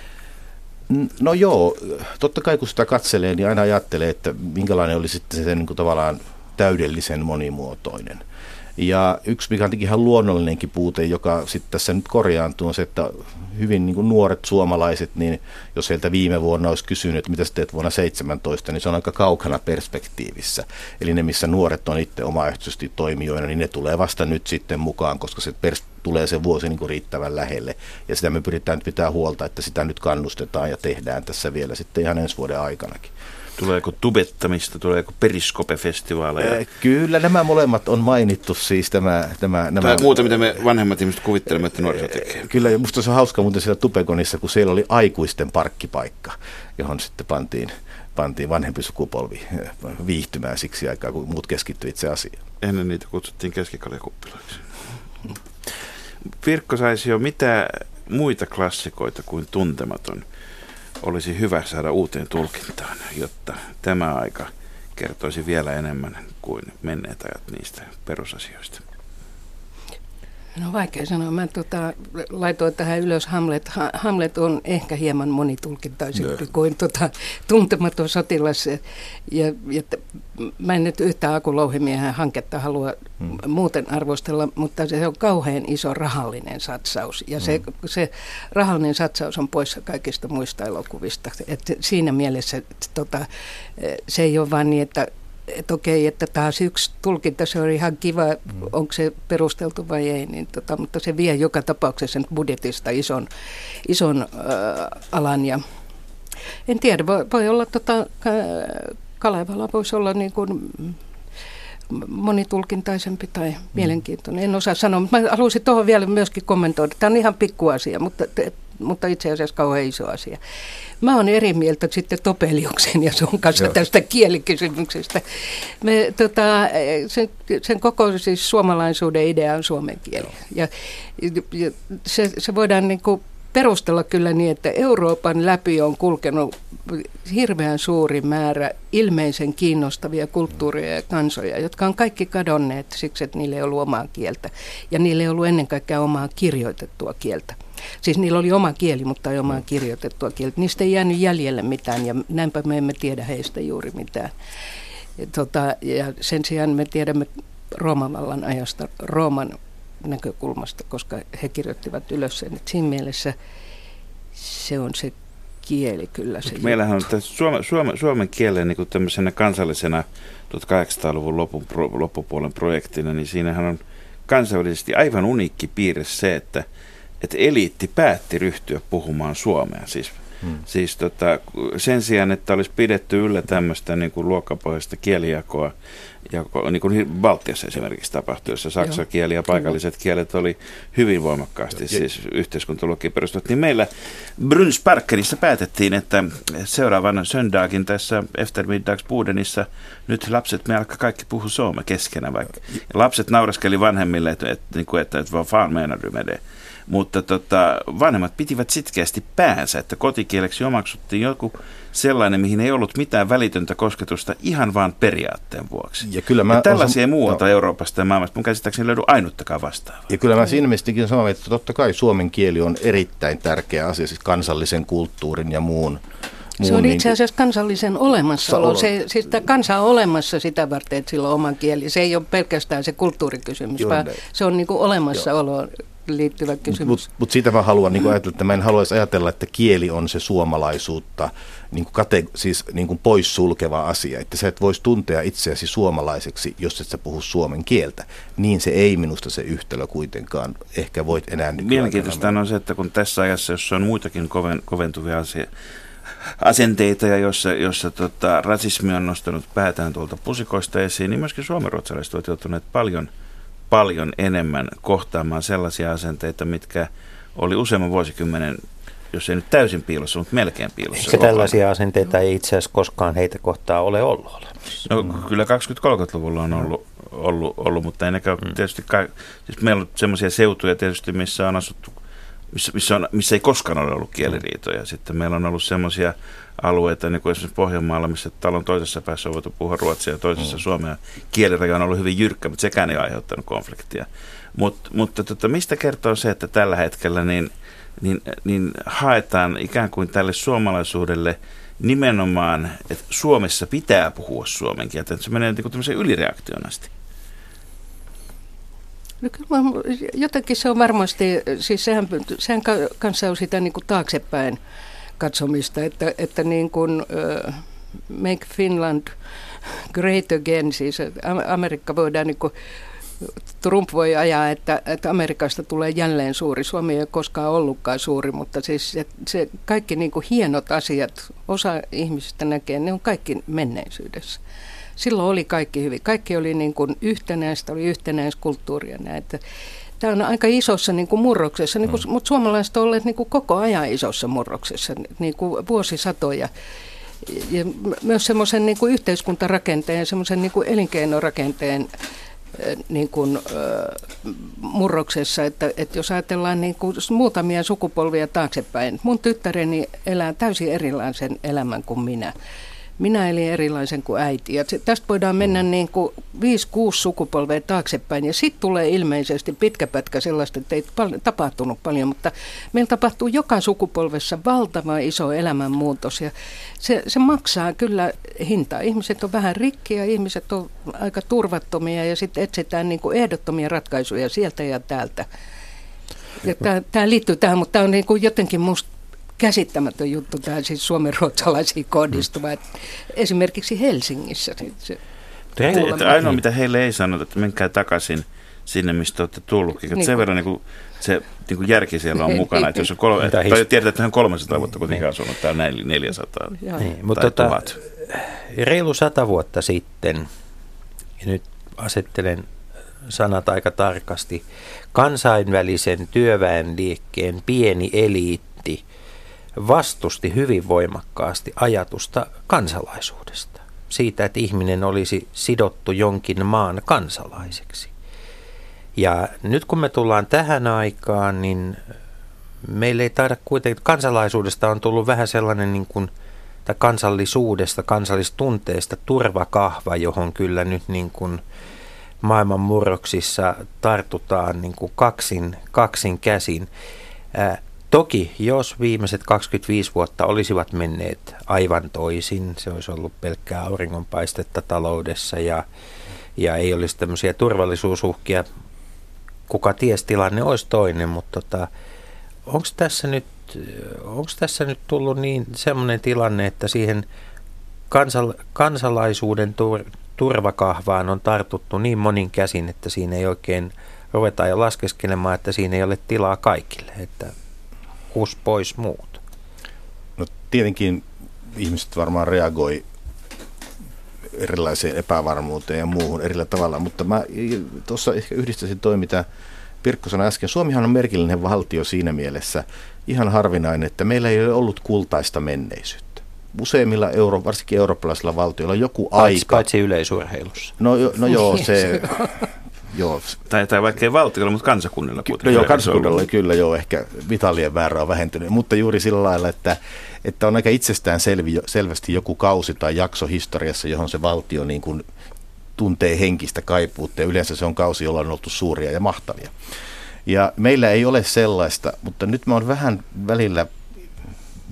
No joo, totta kai kun sitä katselee, niin aina ajattelee, että minkälainen oli sitten se niin kuin tavallaan täydellisen monimuotoinen. Ja yksi, mikä on ihan luonnollinenkin puute, joka sitten tässä nyt korjaantuu, on se, että hyvin niin kuin nuoret suomalaiset, niin jos heiltä viime vuonna olisi kysynyt, että mitä sä teet vuonna 2017, niin se on aika kaukana perspektiivissä. Eli ne, missä nuoret on itse omaehtoisesti toimijoina, niin ne tulee vasta nyt sitten mukaan, koska se tulee se vuosi niin kuin riittävän lähelle. Ja sitä me pyritään nyt pitää huolta, että sitä nyt kannustetaan ja tehdään tässä vielä sitten ihan ensi vuoden aikanakin. Tuleeko tubettamista, tuleeko periskopefestivaaleja? Kyllä nämä molemmat on mainittu siis nämä muuta, mitä me vanhemmat ihmiset kuvittelemme, että nuoriso tekee. Kyllä, ja musta se on hauska muuten siellä Tubekonissa, kun siellä oli aikuisten parkkipaikka, johon sitten pantiin vanhempi sukupolvi viihtymään siksi aikaa, kun muut keskittyivät itse asiaan. Ennen niitä kutsuttiin keskikaljakuppilaiksi. Pirkko Saisio, mitä muita klassikoita kuin Tuntematon olisi hyvä saada uuteen tulkintaan, jotta tämä aika kertoisi vielä enemmän kuin menneet ajat niistä perusasioista? No vaikea sanoa. Mä laitoin tähän ylös Hamlet. Hamlet on ehkä hieman monitulkintaisempi kuin Tuntematon sotilas. Ja mä en nyt yhtään Aku Louhimiehen hanketta halua muuten arvostella, mutta se on kauhean iso rahallinen satsaus. Ja se rahallinen satsaus on poissa kaikista muista elokuvista. Et siinä mielessä se ei ole vaan niin, että okei, että taas yksi tulkinta, se on ihan kiva, onko se perusteltu vai ei, niin mutta se vie joka tapauksessa budjetista ison alan. Ja en tiedä, voi olla, Kalevala voisi olla niin kuin monitulkintaisempi tai mielenkiintoinen. En osaa sanoa, mutta mä haluaisin tuohon vielä myöskin kommentoida. Tämä on ihan pikkuasia, mutta itse asiassa kauhean iso asia. Mä oon eri mieltä sitten Topeliuksen ja sun kanssa tästä kielikysymyksestä. Sen koko siis suomalaisuuden idea on suomen kieli. Ja se voidaan niin kuin perustella kyllä niin, että Euroopan läpi on kulkenut hirveän suuri määrä ilmeisen kiinnostavia kulttuureja ja kansoja, jotka on kaikki kadonneet siksi, että niillä ei ollut omaa kieltä. Ja niillä ei ollut ennen kaikkea omaa kirjoitettua kieltä. Siis niillä oli oma kieli, mutta ei omaa kirjoitettua kieltä. Niistä ei jäänyt jäljelle mitään ja näinpä me emme tiedä heistä juuri mitään. Ja sen sijaan me tiedämme Rooman vallan ajasta Rooman näkökulmasta, koska he kirjoittivat ylös sen. Et siinä mielessä se on se kieli kyllä. Se meillähän on suomen kielen niin kuin tämmöisenä kansallisena 1800-luvun loppupuolen projektina, niin siinähän on kansainvälisesti aivan uniikki piirre se, että eliitti päätti ryhtyä puhumaan suomea. Siis sen sijaan, että olisi pidetty yllä tämmöistä niin kuin luokkapohjaista kielijakoa, niin kuin Baltiassa esimerkiksi tapahtui, jossa saksan kieli ja paikalliset kielet oli hyvin voimakkaasti siis yhteiskuntaluokkiin perustuvat, niin meillä Brunnsparkerissa päätettiin, että seuraavan söndagen tässä eftermiddagsbudenissa nyt lapset, me alkaa kaikki puhua suomea keskenään vaikka. Ja lapset nauraskeli vanhemmille, että vad fan menar du med det? Mutta vanhemmat pitivät sitkeästi päänsä, että kotikieleksi omaksuttiin joku sellainen, mihin ei ollut mitään välitöntä kosketusta ihan vaan periaatteen vuoksi. Ja tällaisia muualta Euroopasta ja maailmasta mun käsittääkseni löydy ainuttakaan vastaavaa. Ja kyllä mä siinä mielestäkin sanon, että totta kai suomen kieli on erittäin tärkeä asia, siis kansallisen kulttuurin ja muun. Se on itse asiassa kansallisen olemassaolo. Siis tämä kansa on olemassa sitä varten, että sillä on oma kieli. Se ei ole pelkästään se kulttuurikysymys, vaan se on niin kuin olemassaolo liittyvä kysymys. Mutta siitä mä haluan niin ajatella, että mä en haluaisi ajatella, että kieli on se suomalaisuutta siis poissulkeva asia. Että sä et voisi tuntea itseäsi suomalaiseksi, jos et sä puhu suomen kieltä. Niin se ei minusta se yhtälö kuitenkaan ehkä voit enää nykyaikana. Mielenkiintoista on se, että kun tässä ajassa, jossa on muitakin koventuvia asenteita ja jossa rasismi on nostanut päätään tuolta pusikoista esiin, niin myöskin suomenruotsalaiset ovat joutuneet paljon enemmän kohtaamaan sellaisia asenteita, mitkä oli useamman vuosikymmenen, jos ei nyt täysin piilossa, mutta melkein piilossa. Eikä tällaisia asenteita ei itse asiassa koskaan heitä kohtaa ole ollut olemassa? No kyllä 20-30-luvulla on ollut, mutta ei nekään tietysti siis meillä on sellaisia seutuja tietysti, missä on asuttu, missä ei koskaan ole ollut kieliriitoja. Sitten meillä on ollut sellaisia alueita, niin kuin esimerkiksi Pohjanmaalla, missä talon toisessa päässä on voitu puhua ruotsia ja toisessa suomea. Kieliraja on ollut hyvin jyrkkä, mutta sekään ei ole aiheuttanut konfliktia. Mutta mistä kertoo se, että tällä hetkellä niin haetaan ikään kuin tälle suomalaisuudelle nimenomaan, että Suomessa pitää puhua suomen kieltä, että se menee niin kuin tämmöiseen ylireaktion asti. No kyllä jotenkin se on varmasti, siis sehän kanssa on sitä niin kuin taaksepäin katsomista, että niin kuin make Finland great again, siis Amerikka voidaan niin kuin, Trump voi ajaa, että Amerikasta tulee jälleen suuri. Suomi ei ole koskaan ollutkaan suuri, mutta siis se kaikki niin kuin hienot asiat, osa ihmisistä näkee, ne on kaikki menneisyydessä. Silloin oli kaikki hyvin. Kaikki oli niin kuin yhtenäistä, oli yhtenäiskulttuuria. Tämä on aika isossa niin kuin murroksessa, niin kuin, mutta suomalaiset ovat olleet niin kuin koko ajan isossa murroksessa, niin kuin vuosisatoja. Ja myös semmoisen niin kuin yhteiskuntarakenteen, semmoisen niin kuin elinkeinorakenteen niin kuin, murroksessa, että jos ajatellaan niin kuin muutamia sukupolvia taaksepäin, mun tyttäreni elää täysin erilaisen elämän kuin minä. Minä elin erilaisen kuin äiti. Ja tästä voidaan mennä niin kuin 5-6 sukupolvea taaksepäin. Ja sitten tulee ilmeisesti pitkä pätkä sellaista, että ei tapahtunut paljon. Mutta meillä tapahtuu joka sukupolvessa valtava iso elämänmuutos. Ja se maksaa kyllä hintaa. Ihmiset on vähän rikkiä, ihmiset on aika turvattomia ja sitten etsitään niin kuin ehdottomia ratkaisuja sieltä ja täältä. Ja tämä liittyy tähän, mutta tämä on niin kuin jotenkin musta käsittämätön juttu, tämä siis suomenruotsalaisiin kohdistuva. Esimerkiksi Helsingissä. Ainoa, mitä heille ei sanota, että menkää takaisin sinne, mistä olette tullutkin. Niin sen verran se järki siellä on mukana. Että jos on tiedetään, että hän 300 vuotta kuitenkin asunut, täällä näin 400 mutta 1000. Reilu 100 vuotta sitten, ja nyt asettelen sanat aika tarkasti, kansainvälisen työväenliikkeen pieni eliitti vastusti hyvin voimakkaasti ajatusta kansalaisuudesta. Siitä, että ihminen olisi sidottu jonkin maan kansalaiseksi. Ja nyt kun me tullaan tähän aikaan, niin meillä ei taida kuitenkin, kansalaisuudesta on tullut vähän sellainen niin kuin, tai kansallisuudesta, kansallistunteesta turvakahva, johon kyllä nyt niin kuin maailman murroksissa tartutaan niin kuin kaksin käsin. Toki, jos viimeiset 25 vuotta olisivat menneet aivan toisin, se olisi ollut pelkkää auringonpaistetta taloudessa ja ei olisi tämmöisiä turvallisuusuhkia, kuka ties, tilanne olisi toinen, mutta onko tässä nyt tullut niin semmoinen tilanne, että siihen kansalaisuuden turvakahvaan on tartuttu niin monin käsin, että siinä ei oikein ruveta jo laskeskelemaan, että siinä ei ole tilaa kaikille, että kus pois muut? No tietenkin ihmiset varmaan reagoi erilaiseen epävarmuuteen ja muuhun erillä tavalla, mutta mä tuossa ehkä yhdistäisin toi, mitä Pirkko sanoi äsken. Suomihan on merkillinen valtio siinä mielessä, ihan harvinainen, että meillä ei ole ollut kultaista menneisyyttä. Useimmilla varsinkin eurooppalaisilla valtioilla on joku aika. Paitsi yleisurheilussa. No joo, se... Joo. Tai vaikka ei valtiolla, mutta kansakunnilla kuitenkin. No joo, kansakunnalla kyllä joo, ehkä vitalien määrä on vähentynyt, mutta juuri sillä lailla, että on aika itsestään selvästi joku kausi tai jakso historiassa, johon se valtio niin kuin tuntee henkistä kaipuutta ja yleensä se on kausi, jolla on oltu suuria ja mahtavia. Ja meillä ei ole sellaista, mutta nyt mä oon vähän välillä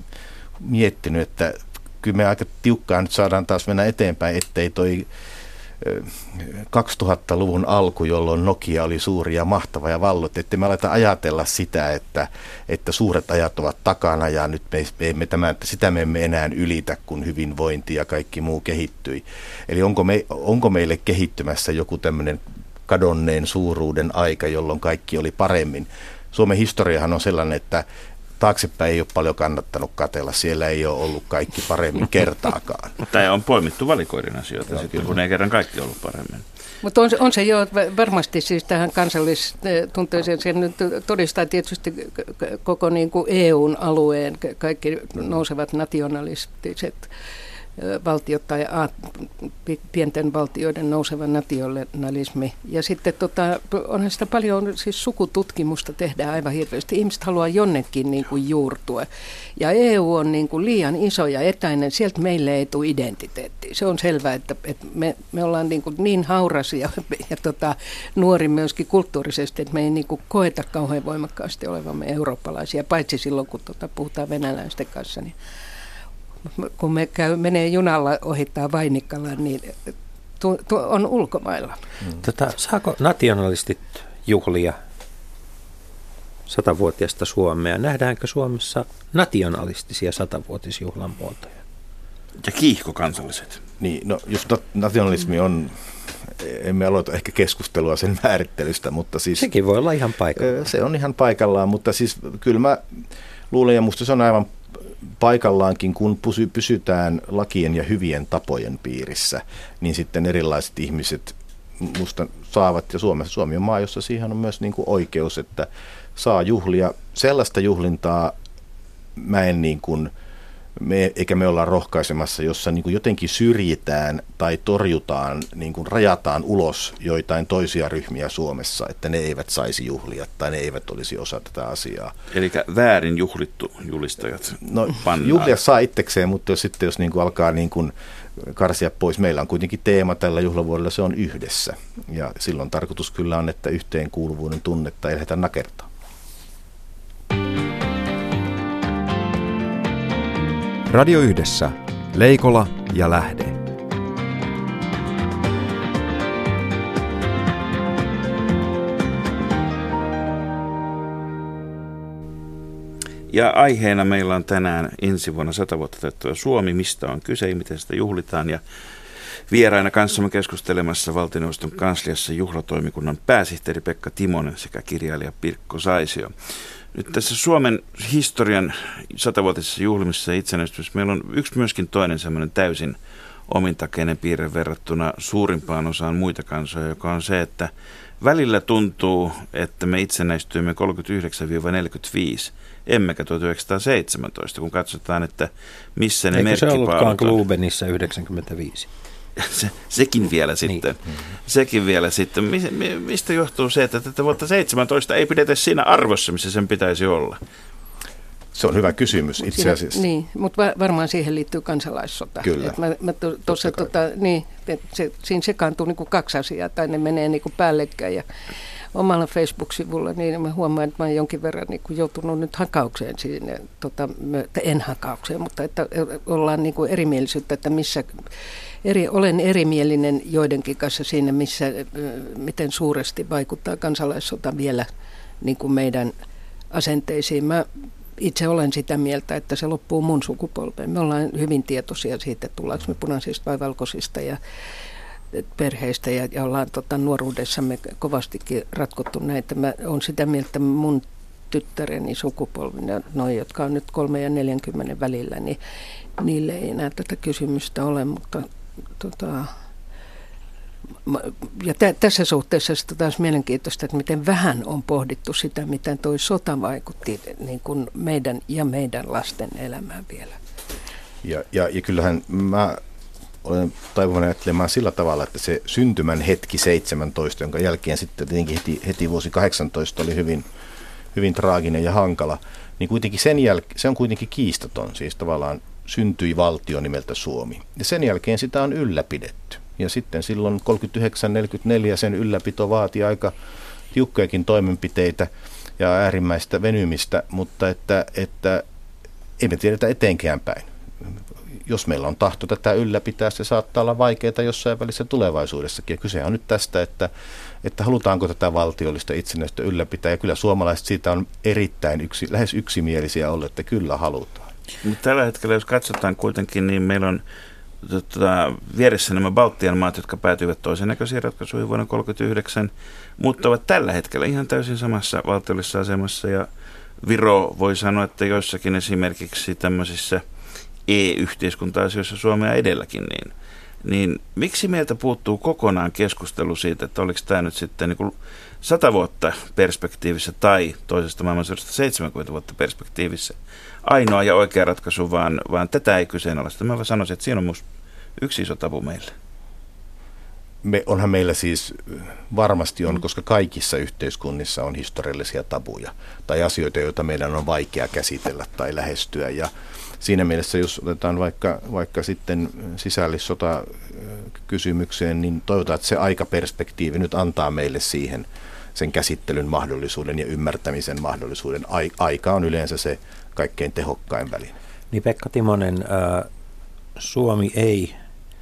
miettinyt, että kyllä me aika tiukkaan nyt saadaan taas mennä eteenpäin, ettei toi 2000-luvun alku, jolloin Nokia oli suuri ja mahtava ja valloitti, että me aleta ajatella sitä, että suuret ajat ovat takana ja nyt sitä me emme enää ylitä, kun hyvinvointi ja kaikki muu kehittyi. Eli onko meille kehittymässä joku tämmöinen kadonneen suuruuden aika, jolloin kaikki oli paremmin? Suomen historiahan on sellainen, että taaksepäin ei ole paljon kannattanut katsella. Siellä ei ole ollut kaikki paremmin kertaakaan. Mutta on poimittu valikoiden asioita, sitten, kun ei kerran kaikki ollut paremmin. Mutta on se jo varmasti siis tähän kansallistunteeseen. Se nyt todistaa tietysti koko niin kuin EUn alueen kaikki nousevat nationalistiset valtiot tai pienten valtioiden nouseva nationalismi. Ja sitten onhan sitä paljon, siis sukututkimusta tehdään aivan hirveästi. Ihmiset haluaa jonnekin niin kuin juurtua. Ja EU on niin kuin liian iso ja etäinen, sieltä meille ei tule identiteettiä. Se on selvää, että me ollaan niin hauras ja nuori myöskin kulttuurisesti, että me ei niin kuin koeta kauhean voimakkaasti olevamme eurooppalaisia, paitsi silloin kun puhutaan venäläisten kanssa, niin kun menee junalla ohittaa Vainikkalan, niin on ulkomailla. Saako nationalistit juhlia 100-vuotiaista Suomea? Nähdäänkö Suomessa nationalistisia 100-vuotisjuhlan muotoja? Ja kiihkokansalliset. Niin, no jos nationalismi on, emme aloita ehkä keskustelua sen määrittelystä, mutta siis... Sekin voi olla ihan paikallaan. Se on ihan paikallaan, mutta siis kyllä mä luulen, ja musta se on aivan paikallaankin, kun pysytään lakien ja hyvien tapojen piirissä, niin sitten erilaiset ihmiset musta saavat, ja Suomi on maa, jossa siihen on myös niin kuin oikeus, että saa juhlia. Sellaista juhlintaa eikä me olla rohkaisemassa, jossa niin kuin jotenkin syrjitään tai torjutaan, niin kuin rajataan ulos joitain toisia ryhmiä Suomessa, että ne eivät saisi juhlia tai ne eivät olisi osa tätä asiaa. Eli väärin juhlittu julistajat pannaan. Juhlia saa itsekseen, mutta jos niin kuin alkaa niin kuin karsia pois, meillä on kuitenkin teema tällä juhlavuodella, se on yhdessä. Ja silloin tarkoitus kyllä on, että yhteenkuuluvuuden tunnetta ei lähdetä nakertaa. Radio Yhdessä. Leikola ja Lähde. Ja aiheena meillä on tänään ensi vuonna 100 vuotta täyttävä Suomi, mistä on kyse ja miten sitä juhlitaan. Ja vieraina kanssamme keskustelemassa valtioneuvoston kansliassa juhlatoimikunnan pääsihteeri Pekka Timonen sekä kirjailija Pirkko Saisio. Nyt tässä Suomen historian 100-vuotisessa juhlimisessa ja itsenäistymisessä meillä on yksi myöskin toinen semmoinen täysin omintakeinen piirre verrattuna suurimpaan osaan muita kansoja, joka on se, että välillä tuntuu, että me itsenäistyimme 39-45, emmekä 1917, kun katsotaan, että missä ne merkkipaalut on. Eikö se ollutkaan Glubenissa 95? Sekin vielä sitten. Niin. Sekin vielä sitten. Mistä johtuu se, että tätä vuotta 17 ei pidetä siinä arvossa, missä sen pitäisi olla? Se on hyvä kysymys itse asiassa. Niin, mutta varmaan siihen liittyy kansalaissota. Kyllä. Siinä sekaantuu niin kuin kaksi asiaa, tai ne menee niin kuin päällekkäin. Ja omalla Facebook-sivulla niin mä huomaan, että mä olen jonkin verran niin kuin joutunut nyt hakaukseen siinä, en hakaukseen, mutta että ollaan niin kuin erimielisyyttä, että missä... olen erimielinen joidenkin kanssa siinä, miten suuresti vaikuttaa kansalaissota vielä niin kuin meidän asenteisiin. Mä itse olen sitä mieltä, että se loppuu mun sukupolveen. Me ollaan hyvin tietoisia siitä, että tullaanko me punaisista vai valkoisista ja perheistä ja ollaan nuoruudessamme kovastikin ratkottu näitä. Mä olen sitä mieltä, että mun tyttäreni sukupolvi, noi, jotka on nyt 3 ja 40 välillä, niin niille ei enää tätä kysymystä ole, mutta ja tässä suhteessa sitten taas mielenkiintoista, että miten vähän on pohdittu sitä, miten toi sota vaikutti niin kuin meidän lasten elämään vielä. Ja kyllähän mä olen taipuvainen ajattelemaan sillä tavalla, että se syntymän hetki 17, jonka jälkeen sitten tietenkin heti vuosi 18 oli hyvin, hyvin traaginen ja hankala, niin kuitenkin se on kuitenkin kiistaton, siis tavallaan syntyi valtio nimeltä Suomi. Ja sen jälkeen sitä on ylläpidetty. Ja sitten silloin 39-44 sen ylläpito vaati aika tiukkojakin toimenpiteitä ja äärimmäistä venymistä, mutta että emme tiedetä eteenkään päin. jos meillä on tahto tätä ylläpitää, se saattaa olla vaikeaa jossain välissä tulevaisuudessakin. Ja kyse on nyt tästä, että halutaanko tätä valtiollista itsenäisyyttä ylläpitää. Ja kyllä suomalaiset siitä on erittäin lähes yksimielisiä olleet, että kyllä halutaan. Mutta tällä hetkellä, jos katsotaan kuitenkin, niin meillä on vieressä nämä Baltian maat, jotka päätyivät toisen näköisiin ratkaisuihin vuonna 1939, mutta ovat tällä hetkellä ihan täysin samassa valtiollisessa asemassa. Ja Viro voi sanoa, että joissakin esimerkiksi tämmöisissä e-yhteiskunta-asioissa Suomea edelläkin, niin miksi meiltä puuttuu kokonaan keskustelu siitä, että oliko tämä nyt sitten niin kuin 100 vuotta perspektiivissä tai toisesta maailmansodasta 70 vuotta perspektiivissä ainoa ja oikea ratkaisu, vaan tätä ei kyseenalaista. Mä sanoisin, että siinä on musta yksi iso tabu meille. Onhan meillä siis varmasti on, koska kaikissa yhteiskunnissa on historiallisia tabuja tai asioita, joita meidän on vaikea käsitellä tai lähestyä. Ja siinä mielessä, jos otetaan vaikka sitten sisällissota kysymykseen, niin toivotaan, että se aikaperspektiivi nyt antaa meille siihen sen käsittelyn mahdollisuuden ja ymmärtämisen mahdollisuuden. Aika on yleensä se kaikkein tehokkain väline. Niin Pekka Timonen, Suomi ei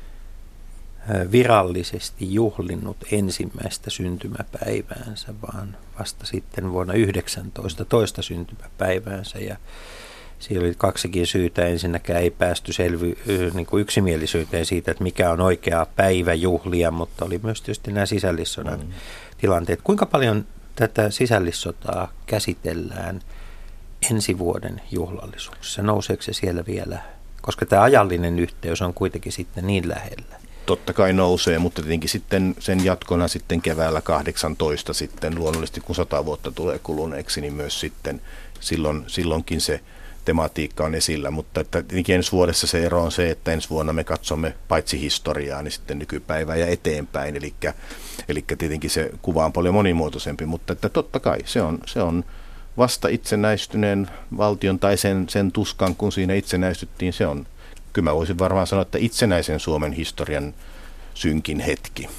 virallisesti juhlinnut ensimmäistä syntymäpäiväänsä, vaan vasta sitten vuonna 19 toista syntymäpäiväänsä. Ja siinä oli kaksikin syytä. Ensinnäkään ei päästy niin kuin yksimielisyyteen siitä, että mikä on oikea päivä juhlia, mutta oli myös tietysti nämä sisällissodan tilanteet. Kuinka paljon tätä sisällissotaa käsitellään ensi vuoden juhlallisuuksissa? Nouseeko se siellä vielä? Koska tämä ajallinen yhteys on kuitenkin sitten niin lähellä. Totta kai nousee, mutta tietenkin sitten sen jatkona sitten keväällä 18 sitten luonnollisesti, kun 100 vuotta tulee kuluneeksi, niin myös sitten silloinkin se tematiikka on esillä, mutta että tietenkin ensi vuodessa se ero on se, että ensi vuonna me katsomme paitsi historiaa, niin sitten nykypäivää ja eteenpäin, eli tietenkin se kuva on paljon monimuotoisempi, mutta että totta kai se on vasta itsenäistyneen valtion tai sen tuskan, kun siinä itsenäistyttiin, se on, kyllä mä voisin varmaan sanoa, että itsenäisen Suomen historian synkin hetki,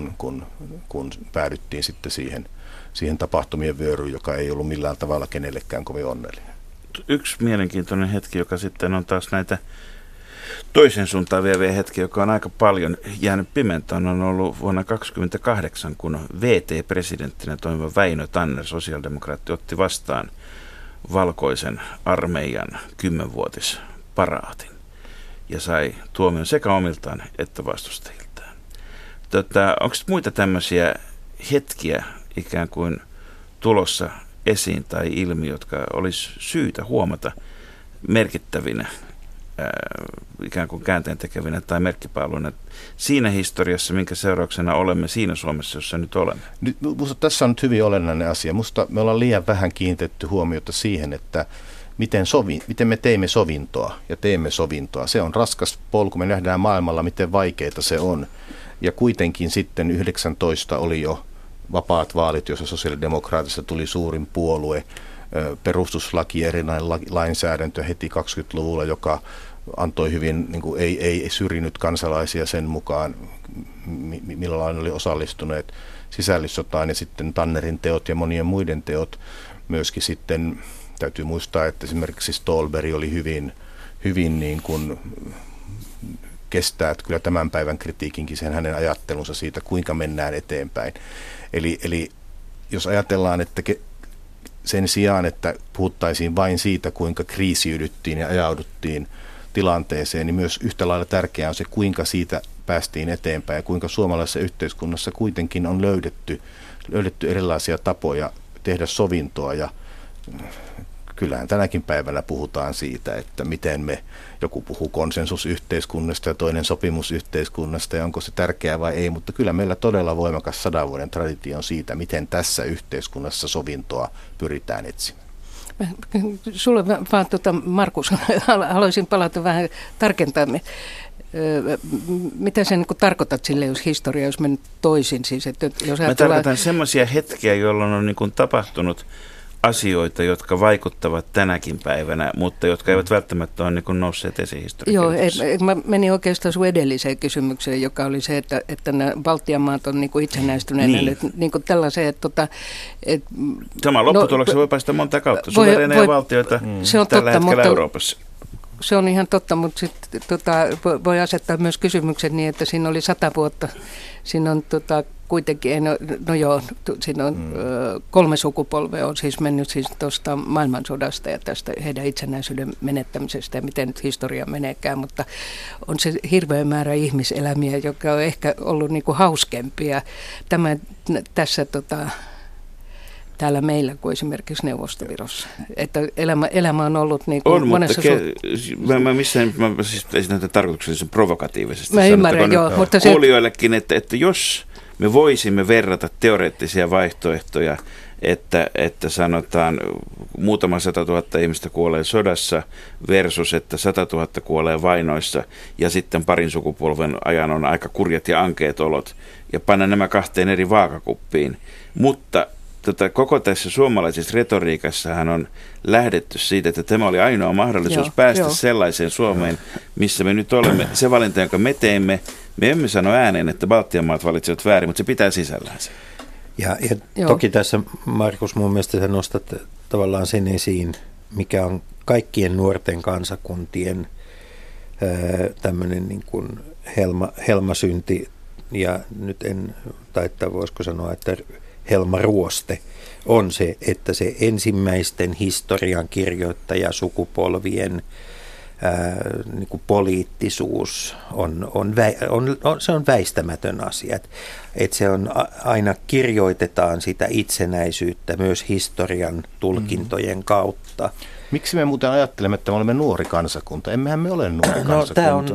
kun päädyttiin sitten siihen tapahtumien vyöryyn, joka ei ollut millään tavalla kenellekään kovin onnellinen. Yksi mielenkiintoinen hetki, joka sitten on taas näitä toisen suuntaan vieviä hetkiä, joka on aika paljon jäänyt pimentoon, on ollut vuonna 1928, kun VT-presidenttinä toimiva Väinö Tanner, sosiaalidemokraatti, otti vastaan valkoisen armeijan 10-vuotisparaatin ja sai tuomion sekä omiltaan että vastustajiltaan. Onko muita tämmöisiä hetkiä ikään kuin tulossa esiin tai ilmi, jotka olisi syytä huomata merkittävinä, ikään kuin käänteen tekevinä tai merkkipaaluina siinä historiassa, minkä seurauksena olemme siinä Suomessa, jossa nyt olemme? Minusta tässä on nyt hyvin olennainen asia. Minusta me ollaan liian vähän kiinnitetty huomiota siihen, että miten me teimme sovintoa ja teemme sovintoa. Se on raskas polku. Me nähdään maailmalla, miten vaikeaa se on. Ja kuitenkin sitten 19 oli jo vapaat vaalit, jossa sosiaalidemokraatista tuli suurin puolue, perustuslaki, erilainen lainsäädäntö heti 20-luvulla, joka antoi hyvin, niin kuin ei syrjinyt kansalaisia sen mukaan, millä lailla oli osallistuneet sisällissotaan, ja sitten Tannerin teot ja monien muiden teot myöskin sitten, täytyy muistaa, että esimerkiksi Ståhlberg oli hyvin niin kuin kestää, että kyllä tämän päivän kritiikinkin sen hänen ajattelunsa siitä, kuinka mennään eteenpäin. Eli jos ajatellaan, että sen sijaan, että puhuttaisiin vain siitä, kuinka kriisiydyttiin ja ajauduttiin tilanteeseen, niin myös yhtä lailla tärkeää on se, kuinka siitä päästiin eteenpäin ja kuinka suomalaisessa yhteiskunnassa kuitenkin on löydetty erilaisia tapoja tehdä sovintoa. Ja kyllähän tänäkin päivänä puhutaan siitä, että miten joku puhuu konsensusyhteiskunnasta ja toinen sopimusyhteiskunnasta ja onko se tärkeää vai ei, mutta kyllä meillä todella voimakas 100 vuoden traditio on siitä, miten tässä yhteiskunnassa sovintoa pyritään etsimään. Sulle vaan Markus, haluaisin palata vähän tarkentamaan. Mitä sä niin tarkoitat sille, jos historia olisi mennyt toisin? Siis, että jos mä tarkoitan semmoisia hetkiä, jolloin on niin tapahtunut asioita, jotka vaikuttavat tänäkin päivänä, mutta jotka eivät välttämättä ole niin nousseet esiin historiakirjoituksessa. Joo, mä menin oikeastaan sun edelliseen kysymykseen, joka oli se, että nämä Baltian maat on niin itsenäistyneenä nyt niin tällaiseen, että sama lopputuloksen voi päästä monta kautta. Suvereeneja valtioita se on tällä totta, hetkellä Euroopassa. se on ihan totta, mutta sitten voi asettaa myös kysymyksen niin, että siinä oli 100 vuotta. Siinä on kuitenkin, siinä on 3 sukupolvea on siis mennyt siis tuosta maailmansodasta ja tästä heidän itsenäisyyden menettämisestä ja miten nyt historia meneekään, mutta on se hirveä määrä ihmiselämiä, joka on ehkä ollut niinku hauskempia tässä täällä meillä kuin esimerkiksi Neuvostovirossa. Että elämä on ollut niin kuin monessa mä siis esitän tätä tarkoituksellisen provokatiivisesti. Mä ymmärrän, joo. Mutta kuulijoillekin, että jos me voisimme verrata teoreettisia vaihtoehtoja, että sanotaan muutama 100 000 ihmistä kuolee sodassa versus, että 100 000 kuolee vainoissa ja sitten parin sukupolven ajan on aika kurjat ja ankeet olot ja panna nämä 2 eri vaakakuppiin. Mutta koko tässä suomalaisessa retoriikassahan on lähdetty siitä, että tämä oli ainoa mahdollisuus päästä sellaiseen Suomeen, missä me nyt olemme. Se valinta, jonka me teimme, me emme sano ääneen, että Baltian maat valitsivat väärin, mutta se pitää sisällään se. Ja toki tässä, Markus, mun mielestä sä nostat tavallaan sen esiin, mikä on kaikkien nuorten kansakuntien tämmöinen niin kuin helmasynti, ja nyt että voisiko sanoa, että helmaruoste on se, että se ensimmäisten historian kirjoittajasukupolvien niin kuin poliittisuus se on väistämätön asia. Että se on aina kirjoitetaan sitä itsenäisyyttä myös historian tulkintojen kautta. Miksi me muuten ajattelemme, että me olemme nuori kansakunta? Emmehän me ole nuori kansakunta. Tämä on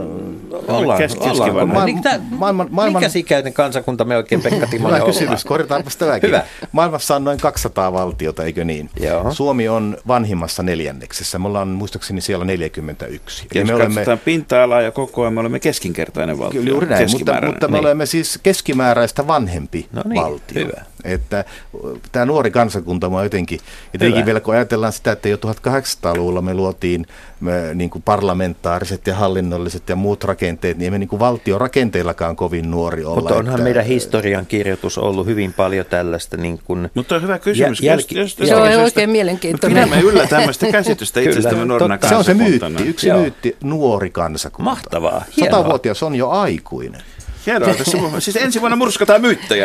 Mikäs-ikäinen kansakunta me oikein, Pekka Timonen, ollaan? Kysymys, korjataanpa tämäkin. Hyvä. Maailmassa on noin 200 valtiota, eikö niin? Joo. Suomi on vanhimmassa 4. Me ollaan muistaakseni siellä 41. Jos katsotaan pinta-alaa ja kokoa, me olemme keskinkertainen valtio. Kyllä, juuri näin, mutta me olemme siis keskimääräistä vanhempi valtio. Hyvä. Että tämä nuori kansakunta on jotenkin vielä kun ajatellaan sitä, että jo 1800-luvulla me luotiin niin kuin parlamentaariset ja hallinnolliset ja muut rakenteet, niin emme niin kuin valtiorakenteillakaan kovin nuori olla. Mutta onhan meidän historian kirjoitus ollut hyvin paljon tällaista. Niin kuin mutta on hyvä kysymys. Se on oikein mielenkiintoinen. Pidämme yllä tämmöistä käsitystä itsestämme nuorena kansakuntana. Se on se myytti, myytti, nuori kansakunta. Mahtavaa. 100-vuotias on jo aikuinen. Hienoa. Siis ensi vuonna murskataan myyttejä.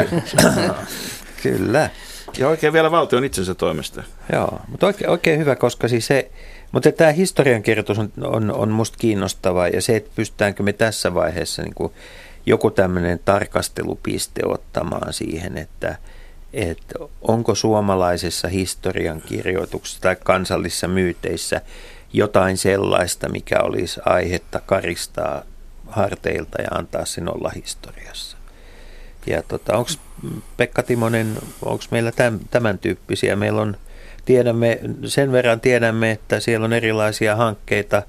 Kyllä. Ja oikein vielä valtion itsensä toimesta. Joo, mutta oikein hyvä, koska siis mutta tämä historiankirjoitus on musta kiinnostavaa ja se, että pystytäänkö me tässä vaiheessa niin kuin joku tämmöinen tarkastelupiste ottamaan siihen, että onko suomalaisessa historiankirjoituksessa tai kansallisissa myyteissä jotain sellaista, mikä olisi aihetta karistaa harteilta ja antaa sen olla historiassa. Ja onko Pekka Timonen, onko meillä tämän tyyppisiä? Meillä on, sen verran tiedämme, että siellä on erilaisia hankkeita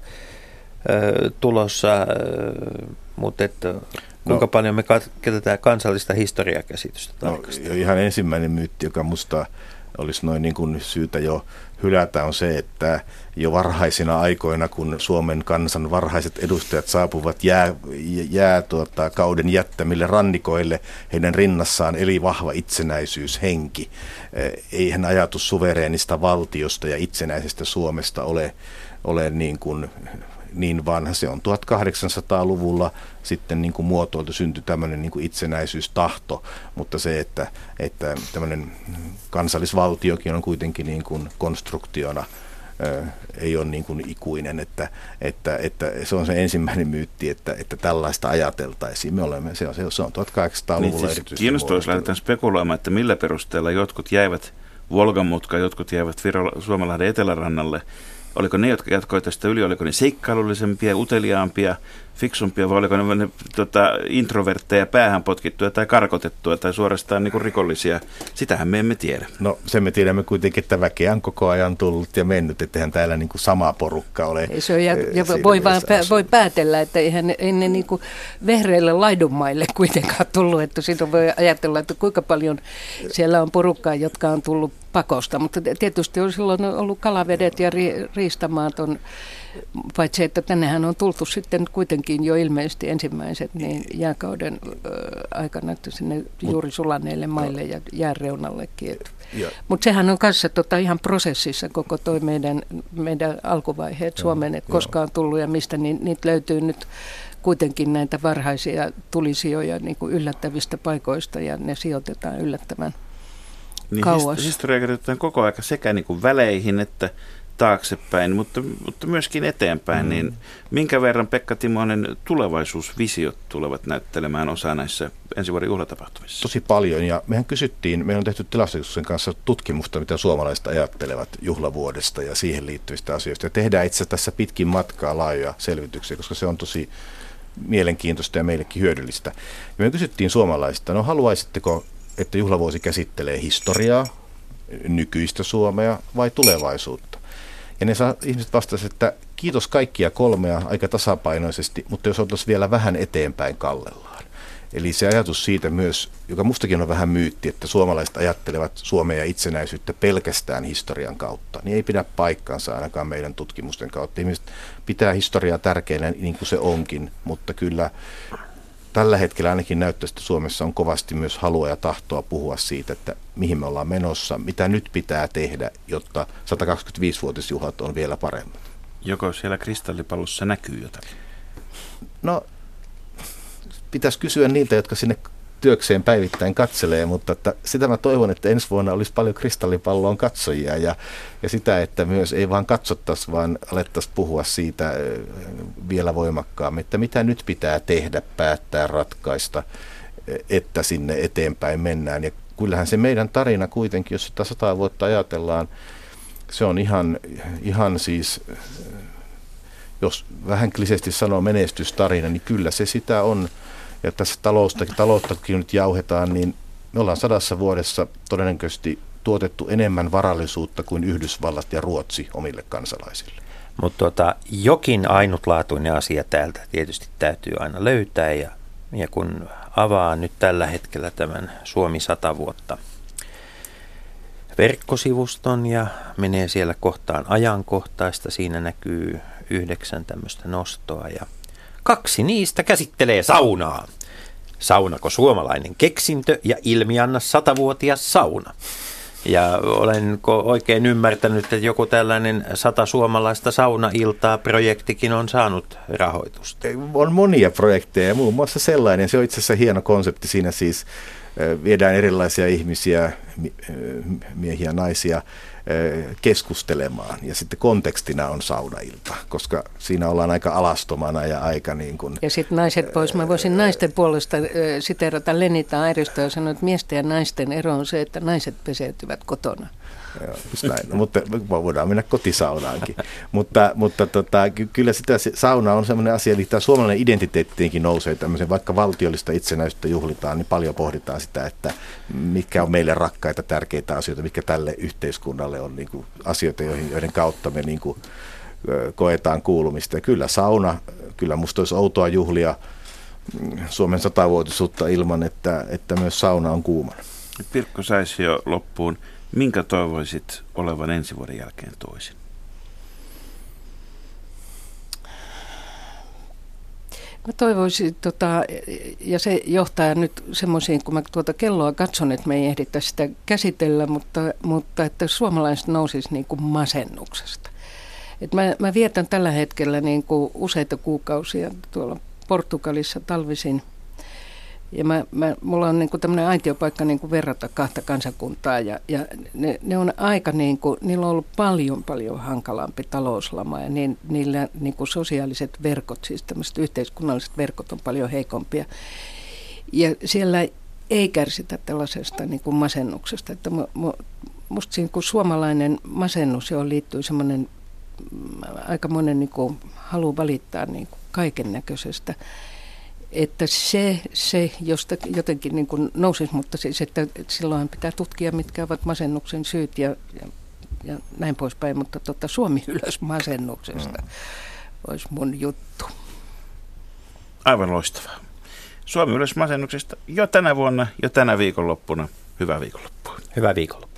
tulossa, mutta kuinka paljon me käytetään kansallista historiakäsitystä tarkastelua? Ihan ensimmäinen myytti, joka musta olisi noin niin kuin syytä jo hylätä, on se, että jo varhaisina aikoina, kun Suomen kansan varhaiset edustajat saapuvat kauden jättämille rannikoille, heidän rinnassaan eli vahva itsenäisyyshenki. Eihän ajatus suvereenista valtiosta ja itsenäisestä Suomesta ole niin vanha. Se on 1800-luvulla sitten niin kuin muotoiltu, syntyi tämmöinen niin kuin itsenäisyystahto, mutta se, että tämmöinen kansallisvaltiokin on kuitenkin niin kuin konstruktiona, ei ole niin kuin ikuinen, että se on se ensimmäinen myytti, että tällaista ajateltaisiin. Se on 1800-luvulla niin siis erityisesti. Kiinnostaa, jos lähdetään spekuloimaan, että millä perusteella jotkut jäivät Volgan mutkaan, jotkut jäivät Suomenlahden etelärannalle. Oliko ne, jotka jatkoivat tästä yli, oliko ne seikkailullisempia, uteliaampia, fiksumpia, vai oliko ne introvertteja, päähän potkittuja tai karkotettuja tai suorastaan niin kuin rikollisia? Sitähän me emme tiedä. No sen me tiedämme kuitenkin, että väkeä on koko ajan tullut ja mennyt, etteihän täällä niin kuin sama porukka ole. Se on, ja voi päätellä, että eihän ne niin kuin vehreille laidunmaille kuitenkaan tullut, että siitä voi ajatella, että kuinka paljon siellä on porukkaa, jotka on tullut pakosta, mutta tietysti on silloin ollut kalavedet ja riistamaat on, paitsi että tännehän on tultu sitten kuitenkin kuitenkin jo ilmeisesti ensimmäiset niin jääkauden aikana sinne juuri sulaneille maille ja jääreunallekin. Mutta sehän on kanssa ihan prosessissa koko toi meidän alkuvaiheet Suomeen, että koska on tullut ja mistä, niin niitä löytyy nyt kuitenkin näitä varhaisia tulisijoja niin kuin yllättävistä paikoista ja ne sijoitetaan yllättävän kauas. Niin historiaa kirjoitetaan koko aika sekä niin kuin väleihin että taaksepäin, mutta myöskin eteenpäin. Niin minkä verran, Pekka Timonen, tulevaisuusvisiot tulevat näyttelemään osaa näissä ensi vuoden juhlatapahtumissa? Tosi paljon, ja mehän kysyttiin, meillä on tehty Tilastokeskuksen kanssa tutkimusta, mitä suomalaiset ajattelevat juhlavuodesta ja siihen liittyvistä asioista. Ja tehdään itse asiassa tässä pitkin matkaa laajoja selvityksiä, koska se on tosi mielenkiintoista ja meillekin hyödyllistä. Ja me kysyttiin suomalaisista, no haluaisitteko, että juhlavuosi käsittelee historiaa, nykyistä Suomea vai tulevaisuutta? Ja ihmiset vastasivat, että kiitos kaikkia kolmea aika tasapainoisesti, mutta jos oltaisiin vielä vähän eteenpäin kallellaan. Eli se ajatus siitä myös, joka mustakin on vähän myytti, että suomalaiset ajattelevat Suomea ja itsenäisyyttä pelkästään historian kautta, niin ei pidä paikkansa ainakaan meidän tutkimusten kautta. Ihmiset pitää historiaa tärkeänä niin kuin se onkin, mutta kyllä tällä hetkellä ainakin näyttäisi, että Suomessa on kovasti myös halua ja tahtoa puhua siitä, että mihin me ollaan menossa, mitä nyt pitää tehdä, jotta 125-vuotisjuhlat on vielä paremmat. Joko siellä kristallipallossa näkyy jotakin? No, pitäisi kysyä niiltä, jotka sinne työkseen päivittäin katselee, mutta että sitä mä toivon, että ensi vuonna olisi paljon kristallipalloon katsojia ja sitä, että myös ei vaan katsottaisi, vaan alettaisiin puhua siitä vielä voimakkaammin, että mitä nyt pitää tehdä, päättää, ratkaista, että sinne eteenpäin mennään. Ja kyllähän se meidän tarina kuitenkin, jos sitä 100 vuotta ajatellaan, se on ihan siis, jos vähän kliseisesti sanoo menestystarina, niin kyllä se sitä on. Ja tässä talouttakin nyt jauhetaan, niin me ollaan 100 vuodessa todennäköisesti tuotettu enemmän varallisuutta kuin Yhdysvallat ja Ruotsi omille kansalaisille. Mutta jokin ainutlaatuinen asia täältä tietysti täytyy aina löytää ja kun avaa nyt tällä hetkellä tämän Suomi 100 vuotta verkkosivuston ja menee siellä kohtaan ajankohtaista, siinä näkyy 9 tämmöistä nostoa ja 2 niistä käsittelee saunaa. Saunako suomalainen keksintö ja ilmianna 100-vuotias sauna. Ja olenko oikein ymmärtänyt, että joku tällainen 100 suomalaista saunailtaa projektikin on saanut rahoitusta? On monia projekteja, muun muassa sellainen. Se on itse asiassa hieno konsepti. Siinä siis viedään erilaisia ihmisiä, miehiä, naisia, keskustelemaan. Ja sitten kontekstina on saunailta, koska siinä ollaan aika alastomana ja aika niin kuin... Ja sitten naiset pois. Mä voisin naisten puolesta siteerata Lenita Airistoa ja sanoa, että miesten ja naisten ero on se, että naiset peseytyvät kotona. Joo, näin. Mutta voidaan mennä kotisaunaankin. mutta kyllä sitä sauna on sellainen asia, eli tämä suomalainen identiteettiinkin nousee tämmöisen, vaikka valtiollista itsenäisyyttä juhlitaan, niin paljon pohditaan sitä, että mitkä on meille rakkaita, tärkeitä asioita, mitkä tälle yhteiskunnalle on niin kuin asioita, joiden kautta me niin kuin koetaan kuulumista. Ja kyllä sauna, kyllä musta olisi outoa juhlia Suomen 100-vuotisuutta ilman, että myös sauna on kuumana. Pirkko Säisio loppuun. Minkä toivoisit olevan ensi vuoden jälkeen toisin? Mä toivoisin, ja se johtaa nyt semmoisiin, kun mä kelloa katson, että me ei ehditä sitä käsitellä, mutta että suomalaiset nousisi niin kuin masennuksesta. Et mä vietän tällä hetkellä niin kuin useita kuukausia tuolla Portugalissa talvisin. Ja mulla on niinku tämmöinen aitiopaikka niinku verrata 2 kansakuntaa ja ne on aika niinku, niillä on ollut paljon hankalampi talouslama ja niillä niinku sosiaaliset verkot, siis tämmöiset yhteiskunnalliset verkot on paljon heikompia. Ja siellä ei kärsitä tällaisesta niinku masennuksesta, että musta siinä, kun suomalainen masennus, johon liittyy semmoinen aikamoinen niinku halu valittaa niinku kaiken näköisestä, että se jotenkin niin kuin nousisi, mutta siis, että silloin pitää tutkia, mitkä ovat masennuksen syyt ja näin poispäin, mutta Suomi ylös masennuksesta olisi mun juttu. Aivan loistavaa. Suomi ylös masennuksesta jo tänä vuonna, jo tänä viikonloppuna. Hyvää viikonloppua. Hyvää viikonloppua.